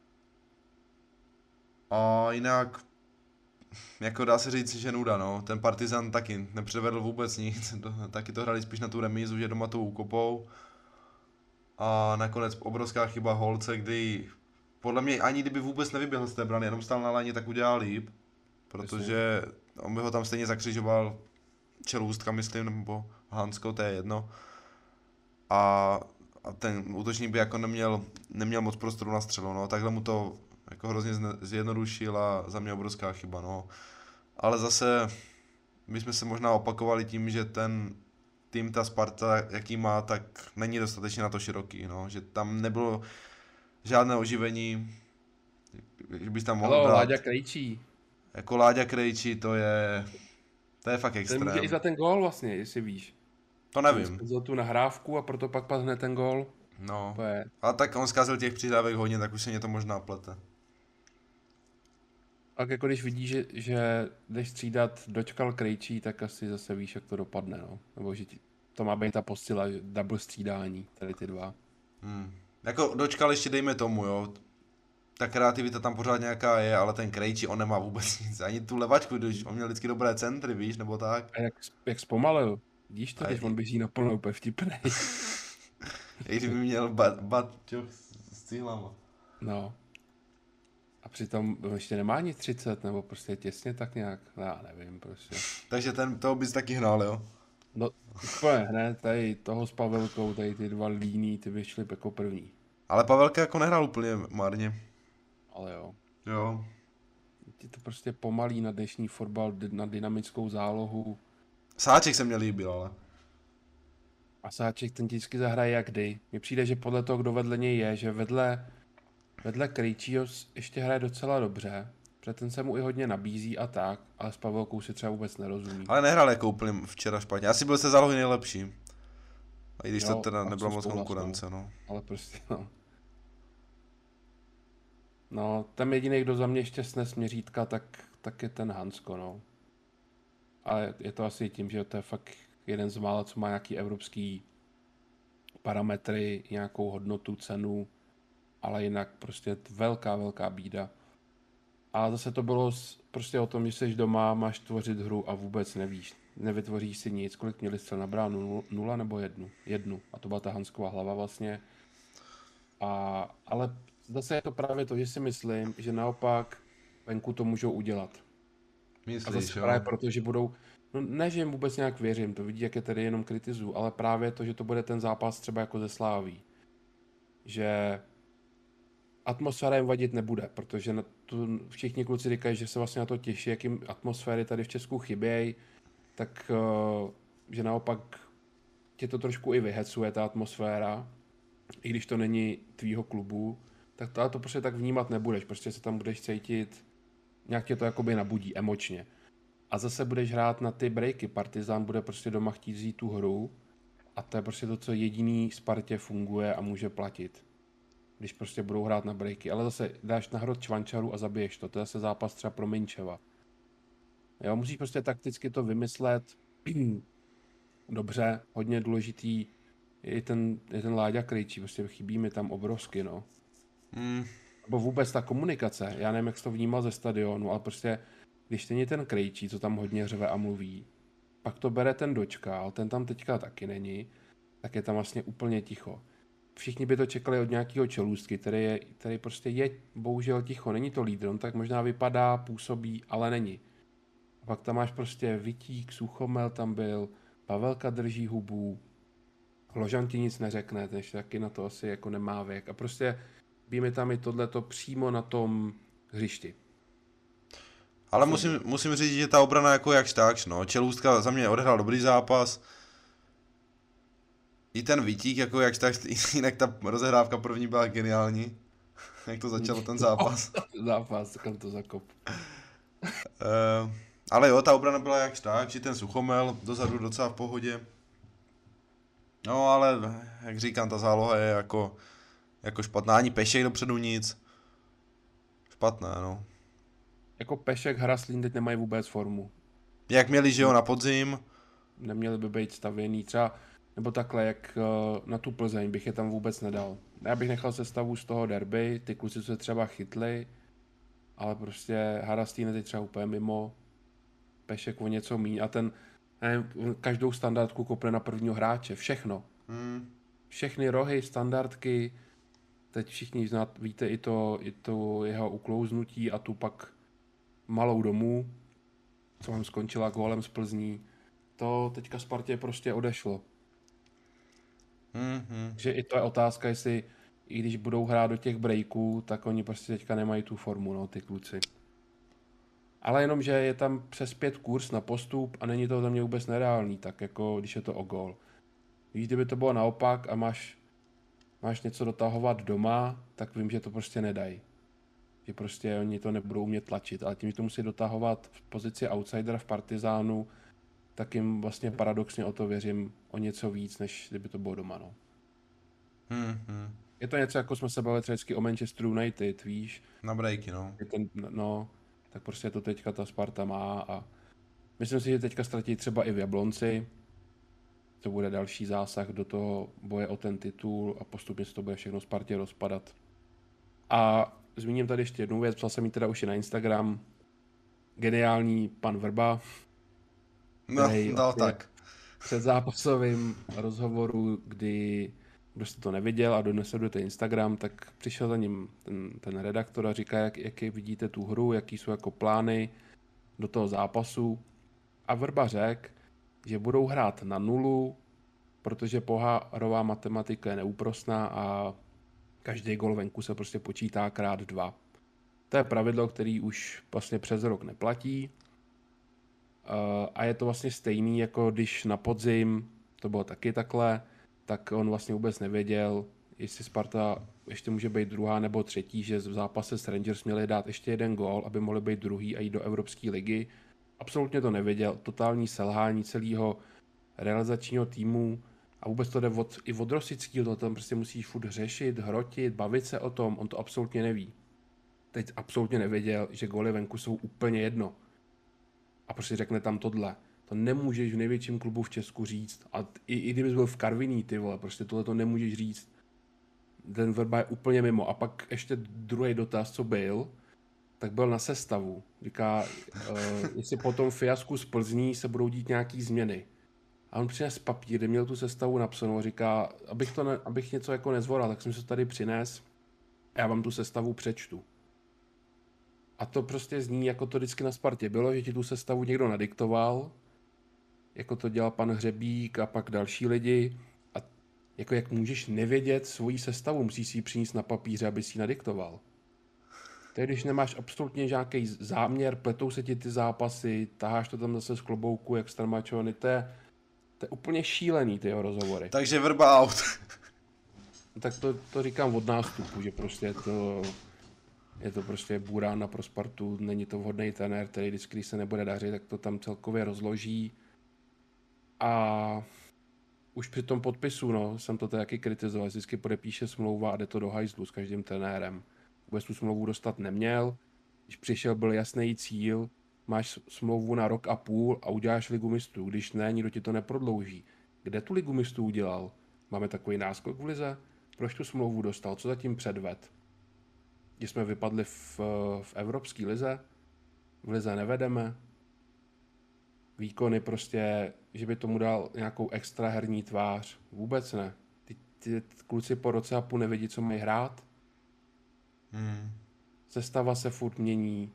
A jinak, jako dá se říct, že nuda, no. Ten Partizan taky nepředvedl vůbec nic. Taky to hráli spíš na tu remízu, že doma tou úkopou. A nakonec obrovská chyba Holce, kdy podle mě ani kdyby vůbec nevyběhl z té brany, jenom stál na léně, tak udělal líp. Protože on by ho tam stejně zakřižoval Čelůstka, myslím, nebo Hansko, to je jedno. A ten útočník by jako neměl moc prostoru na střelu, no. Takhle mu to jako hrozně zjednodušil a za mě obrovská chyba, no. Ale zase my jsme se možná opakovali tím, že ten tým, ta Sparta, jaký má, tak není dostatečně na to široký, no. Že tam nebylo žádné oživení, že bys tam mohl brát. Láďa Krejčí. Jako Láďa Krejčí, to je fakt extrém. Ten může i za ten gól vlastně, jestli víš. To nevím. On tu nahrávku a proto pak padne ten gól. No, a tak on zkazil těch přihrávek hodně, tak už se mě to možná plete. A jako když vidíš, že jdeš střídat Dočkal Krejčí, tak asi zase víš, jak to dopadne, no. Nebo že to má být ta posila, double střídání, tady ty dva. Jako Dočkal ještě dejme tomu, jo. Ta kreativita tam pořád nějaká je, ale ten Krejčí, on nemá vůbec nic. Ani tu levačku, když on měl vždycky dobré centry, víš, nebo tak. A jak zpomalil. Vidíš to, když on běží naplno, úplně vtipnej. I kdyby měl baťoch s cíhlama. No. A přitom ještě nemá ani 30, nebo prostě těsně tak nějak, já nevím prostě. Takže toho bys taky hnal, jo? No, úplně hned, tady toho s Pavelkou, tady ty dva líní, ty vyšly jako první. Ale Pavelka jako nehrál úplně marně. Ale jo. Jo. Ti to prostě pomalí na dnešní fotbal, na dynamickou zálohu. Sáček se mě líbil, ale. A Sáček ten vždycky zahraje jak kdy. Mně přijde, že podle toho, kdo vedle něj je, že vedle Krejčího ještě hraje docela dobře. Protože ten se mu i hodně nabízí a tak, ale s Pavelkou si třeba vůbec nerozumí. Ale nehrál jako úplně včera špatně. Asi byl se zálohy nejlepší. A i když Jo, to teda nebyla moc souhlas, konkurence, no. Ale prostě, no. No, ten jediný, kdo za mě ještě snes měřítka, tak je ten Hansko, no. Ale je to asi tím, že to je fakt jeden z mála, co má nějaký evropský parametry, nějakou hodnotu, cenu, ale jinak prostě velká bída. A zase to bylo prostě o tom, že jsi doma, máš tvořit hru a vůbec nevíš. Nevytvoříš si nic. Kolik měli střel na bránu? 0 nebo 1? 1. A to byla ta Hansková hlava vlastně. Ale zase je to právě to, že si myslím, že naopak venku to můžou udělat. Myslíš, a zase jo? právě proto, že budou, no ne, že jim vůbec nějak věřím, to vidí, jak je tady jenom kritizuju, ale právě to, že to bude ten zápas třeba jako ze Sláví. Že atmosféra jim vadit nebude, protože všichni kluci říkají, že se vlastně na to těší, jak jim atmosféry tady v Česku chybějí, tak že naopak tě to trošku i vyhecuje, ta atmosféra, i když to není tvýho klubu, tak to prostě tak vnímat nebudeš, prostě se tam budeš cítit, nějak tě to jakoby nabudí emočně. A zase budeš hrát na ty breaky, Partizán bude prostě doma chtít vzít tu hru a to je prostě to, co jediný Spartě funguje a může platit. Když prostě budou hrát na breaky, ale zase dáš na hrot Čvančaru a zabiješ to, to je zase zápas třeba pro Minčeva. Jo, musíš prostě takticky to vymyslet, Dobře, hodně důležitý je ten Láďa Krejčí, prostě chybí mi tam obrovsky, no. Hmm. Nebo vůbec ta komunikace, já nevím, jak jsi to vnímal ze stadionu, ale prostě, když není ten Krejčí, co tam hodně řve a mluví, pak to bere ten Dočkal, ten tam teďka taky není, tak je tam vlastně úplně ticho. Všichni by to čekali od nějakého Čelůstky, který prostě je bohužel ticho, není to lídr, on tak možná vypadá, působí, ale není. A pak tam máš prostě Vitík, Suchomel tam byl, Pavelka drží hubu, Ložan ti nic neřekne, ten ještě taky na to asi jako nemá věk. A prostě víme tam i tohleto přímo na tom hřišti. Ale musím říct, že ta obrana jako jakž takž, no. Čelůstka za mě odehrál dobrý zápas. I ten Vítík jako jakž takž, jinak ta rozehrávka první byla geniální. Jak to začalo ten zápas. Zápas, kam to zakop. Ale jo, ta obrana byla jakž takž, i ten Suchomel dozadu docela v pohodě. No ale, jak říkám, ta záloha je jako špatná. Ani Pešek dopředu nic. Špatné, no. Jako Pešek, Haraslín teď nemají vůbec formu. Jak měli, že jo, na podzim. Neměli by být stavěný třeba, nebo takhle, jak na tu Plzeň bych je tam vůbec nedal. Já bych nechal sestavu z toho derby, ty kluci se třeba chytli, ale prostě Haraslín je teď třeba úplně mimo, Pešek o něco míň a ten nevím, každou standardku kopne na prvního hráče, všechno. Všechny rohy, standardky, teď všichni víte i to jeho uklouznutí a tu pak malou domů, co vám skončila gólem z Plzní, to teďka Spartě prostě odešlo. Že i to je otázka, jestli i když budou hrát do těch breaků, tak oni prostě teďka nemají tu formu, no, ty kluci. Ale jenom, že je tam přes 5 kurz na postup a není to za mě vůbec nereálný, tak jako když je to o gól. Víš, kdyby to bylo naopak a máš něco dotahovat doma, tak vím, že to prostě nedají. Že prostě oni to nebudou umět tlačit, ale tím, že to musí dotahovat v pozici outsidera v Partizánu, tak jim vlastně paradoxně o to věřím o něco víc, než kdyby to bylo doma, no. Je to něco, jako jsme se bavili třeba o Manchester United, víš? Na breaky, no. No, tak prostě to teďka ta Sparta má a myslím si, že teďka ztratí třeba i v Jablonci. To bude další zásah do toho boje o ten titul a postupně se to bude všechno Spartě rozpadat. A zmíním tady ještě jednu věc, psal jsem ji teda už i na Instagram. Geniální pan Vrba. No, dal tak. Před zápasovým rozhovoru, kdy kdo jste to neviděl a dodnes sledujete Instagram, tak přišel za ním ten redaktor a říká, jak vidíte tu hru, jaký jsou jako plány do toho zápasu. A Vrba řekl, že budou hrát na nulu, protože pohárová matematika je neúprosná a každý gol venku se prostě počítá krát 2. To je pravidlo, který už vlastně přes rok neplatí. A je to vlastně stejný, jako když na podzim to bylo taky takhle, tak on vlastně vůbec nevěděl, jestli Sparta ještě může být druhá nebo třetí, že v zápase s Rangers měli dát ještě jeden gól, aby mohli být druhý a jít do Evropské ligy. Absolutně to nevěděl, totální selhání celého realizačního týmu a vůbec to jde i od Rosického, to tam prostě musíš furt řešit, hrotit, bavit se o tom, on to absolutně neví. Teď absolutně nevěděl, že góly venku jsou úplně jedno. A prostě řekne tam tohle. To nemůžeš v největším klubu v Česku říct. A i kdybys byl v Karviní, ty vole, prostě tohle to nemůžeš říct. Ten Vrba je úplně mimo. A pak ještě druhý dotaz, co byl, tak byl na sestavu. Říká, jestli po tom fiasku z Plzní se budou dít nějaký změny. A on přines papír, kde měl tu sestavu napsanou a říká, abych něco jako nezvoral, tak jsem se tady přines a já vám tu sestavu přečtu. A to prostě zní, jako to vždycky na Spartě bylo, že ti tu sestavu někdo nadiktoval, jako to dělal pan Hřebík a pak další lidi. A jako jak můžeš nevědět svoji sestavu, musíš si ji přinést na papíře, aby si ji nadiktoval. To je, když nemáš absolutně žádný záměr, pletou se ti ty zápasy, taháš to tam zase z klobouku, jak strmačovaný, to je úplně šílený, ty jeho rozhovory. Takže Vrba out. Tak to říkám od nástupu, že prostě je to prostě burána pro Spartu, není to vhodný trenér, který vždycky, když se nebude dařit, tak to tam celkově rozloží. A už při tom podpisu, no, jsem to taky kritizoval, vždycky podepíše smlouva a jde to do hajzlu s každým trenérem. Vůbec tu smlouvu dostat neměl, když přišel, byl jasný cíl, máš smlouvu na rok a půl a uděláš ligu mistrů. Když ne, nikdo ti to neprodlouží. Kde tu ligu mistrů udělal? Máme takový náskok v lize? Proč tu smlouvu dostal? Co zatím předved? Když jsme vypadli v Evropské lize, v lize nevedeme. Výkony prostě, že by tomu dal nějakou extra herní tvář. Vůbec ne. Ty kluci po roce a půl nevědí, co mají hrát. Sestava se furt mění.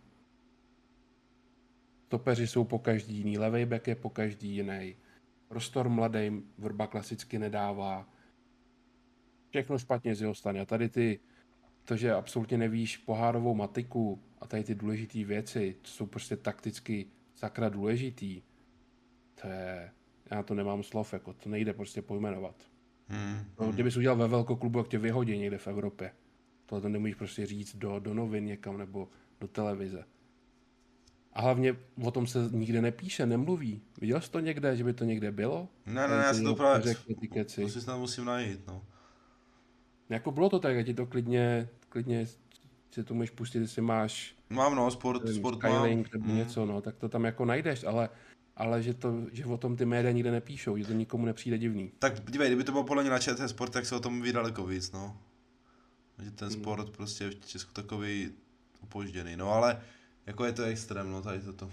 Topeři jsou po každý jiný, levej back je po každý jiný. Prostor mladý Vrba klasicky nedává. Všechno špatně z jeho strany. A tady to, že absolutně nevíš pohárovou matiku a tady ty důležité věci, co jsou prostě takticky sakra důležitý, to je, já to nemám slov, jako to nejde prostě pojmenovat. No, kdybys udělal ve velkoklubu, jak tě vyhodí někde v Evropě. Tohle to nemůžeš prostě říct do novin někam nebo do televize. A hlavně o tom se nikde nepíše, nemluví. Viděl jsi to někde, že by to někde bylo? Ne, já si to právě, to si snad musím najít, no. Jako bylo to tak, já ti to klidně si to můžeš pustit, jestli máš... Mám, no, sport Skylink nebo něco, no, tak to tam jako najdeš, ale že o tom ty média nikde nepíšou, že to nikomu nepřijde divný. Tak dívej, kdyby to bylo podle mě na ČT Sport, tak se o tom ví daleko víc, no. Že ten sport prostě v Česku takový opožděný, no ale jako je to extrém, no, tady toto.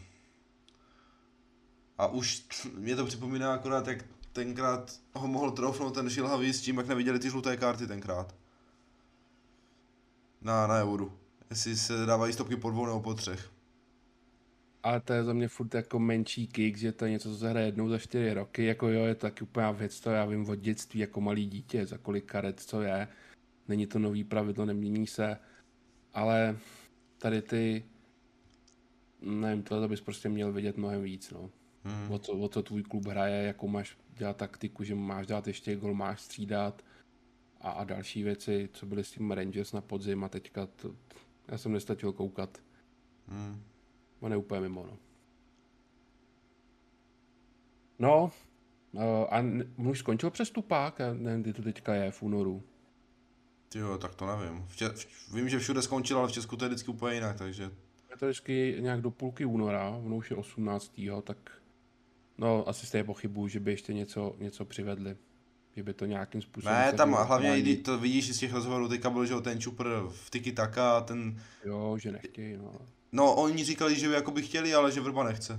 A už mě to připomíná akorát, jak tenkrát ho mohl trofnout ten šilhavý s tím, jak neviděli ty žluté karty tenkrát. Na Euru. Jestli se dávají stopky po 2 nebo po 3. Ale to je za mě furt jako menší kick, že to je něco, co se hraje jednou za 4 roky, jako jo, je to taky úplná věc, to já vím od dětství, jako malý dítě, za kolik karet, co je. Není to nový pravidlo, nemění se, ale tady nevím, tohle bys prostě měl vidět mnohem víc, no. O co tvůj klub hraje, jakou máš dělat taktiku, že máš dát ještě gol, máš střídat a další věci, co byly s tím Rangers na podzim a teďka já jsem nestačil koukat. On je úplně mimo, no. No, a už skončil přestupák, já nevím, kdy to teďka je, v únoru. Jo, tak to nevím. Vím, že všude skončil, ale v Česku to je vždycky úplně jinak, takže... Je to vždycky nějak do půlky února, ono už je 18. tak no asi stejně pochybuju, že by ještě něco přivedli. Že by to nějakým způsobem... Ne, tam hlavně i to vidíš z těch rozhovorů, teďka byl, že ten Čupr v Tiki Taka, ten... Jo, že nechtějí, no. No, oni říkali, že by chtěli, ale že Vrba nechce.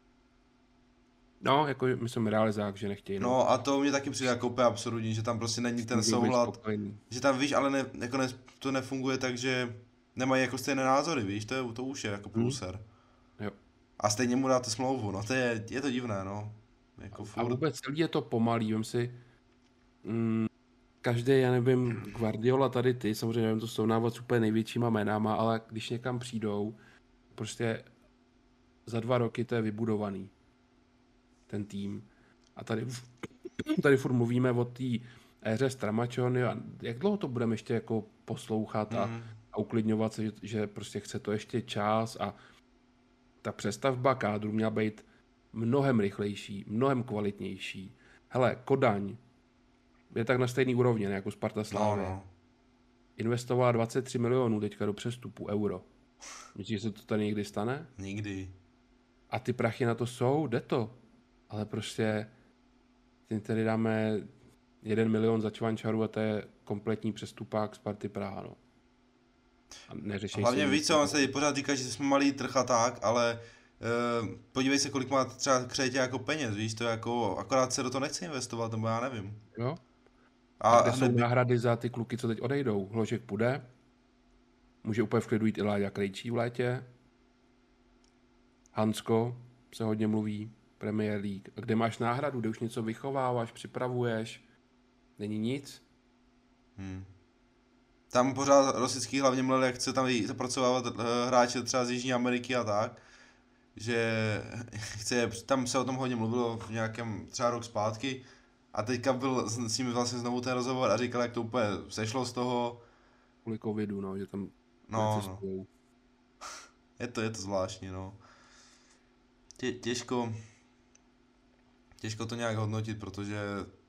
No, jako myslím realizák, že nechtějí. No a to mě taky přijde jako úplně absurdní, že tam prostě není ten souhlad. Že tam víš, ale to nefunguje tak, že nemají jako stejné názory, víš, to už je jako průser. Jo. A stejně mu dáte smlouvu, no to je to divné, no. Jako a vůbec celý je to pomalý, vem si, každý, já nevím, Guardiola tady ty, samozřejmě nevím to srovnávat s úplně největšíma jménama, ale když někam přijdou, prostě za 2 roky to je vybudovaný, ten tým. A tady furt mluvíme o té éře Stramačony a jak dlouho to budeme ještě jako poslouchat a uklidňovat se, že prostě chce to ještě čas a ta přestavba kádru měla být mnohem rychlejší, mnohem kvalitnější. Hele, Kodaň je tak na stejný úrovni, ne, jako Sparta Slavia. No. Investovala 23 milionů teďka do přestupu euro. Myslíš, že se to tady někdy stane? Nikdy. A ty prachy na to jsou, jde to. Ale prostě tady dáme 1 milion za Čvančaru a to je kompletní přestupák Sparty Praha, no. A neřešej hlavně víc, co on se pořád říká, že jsme malý trh a tak, ale podívej se, kolik má třeba Křetě jako peněz, víš, to jako, akorát se do toho nechce investovat, nebo já nevím. Jo. A kde jsou náhrady za ty kluky, co teď odejdou? Hložek půjde, může úplně v klidu jít i Láďa Krejčí v létě, Hansko se hodně mluví, Premier League. A kde máš náhradu, kde už něco vychováváš, připravuješ, není nic? Tam pořád Rosický hlavně mluvil, jak chce tam zapracovávat hráče třeba z Jižní Ameriky a tak, že chce, tam se o tom hodně mluvilo v nějakém třeba rok zpátky a teďka byl s ním vlastně znovu ten rozhovor a říkal, jak to úplně sešlo z toho. Kvůli covidu, no, že tam no. Je to zvláštní, no. Těžko to nějak hodnotit, protože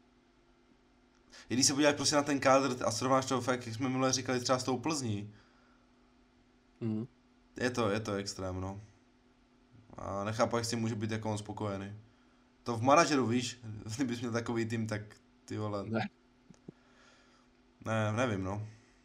i když se podíváš prostě na ten kádr a srovnáš to fakt, jak jsme minule říkali, třeba s tou Plzní, je to extrém, no. A nechápu, jak si může být jako on spokojený. To v manažeru, víš, kdybys měl takový tým, tak ty vole. Ne. Ne, nevím, no.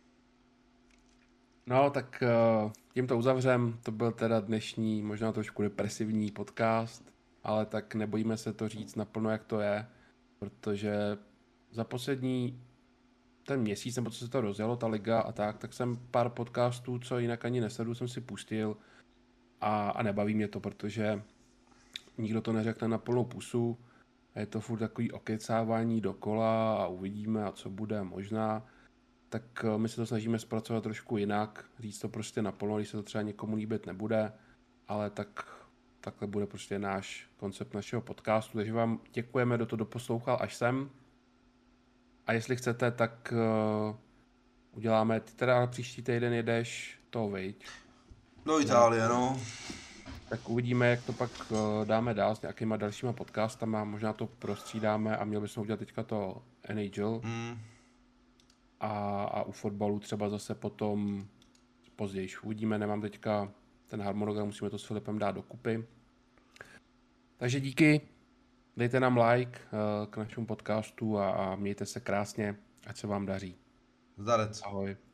No, tak tím to uzavřem. To byl teda dnešní, možná trošku depresivní podcast, ale tak nebojíme se to říct naplno, jak to je, protože za poslední ten měsíc, nebo co se to rozjelo, ta liga a tak jsem pár podcastů, co jinak ani nesledu, jsem si pustil a nebaví mě to, protože nikdo to neřekne na plnou pusu. Je to furt takový okecávání dokola a uvidíme a co bude možná. Tak my se to snažíme zpracovat trošku jinak, říct to prostě naplno, když se to třeba někomu líbit nebude, ale takhle bude prostě náš koncept našeho podcastu, takže vám děkujeme, kdo to doposlouchal až sem. A jestli chcete, tak uděláme, ty teda příští týden jedeš to, viď? Do Itálie, no. Tak uvidíme, jak to pak dáme dál s nějakýma dalšíma podcastama, možná to prostřídáme a měl bychom udělat teďka to NHL a u fotbalu třeba zase potom později. Uvidíme, nemám teďka ten harmonogram, musíme to s Filipem dát dokupy. Takže díky, dejte nám like k našemu podcastu a mějte se krásně, ať se vám daří. Zdarec. Ahoj.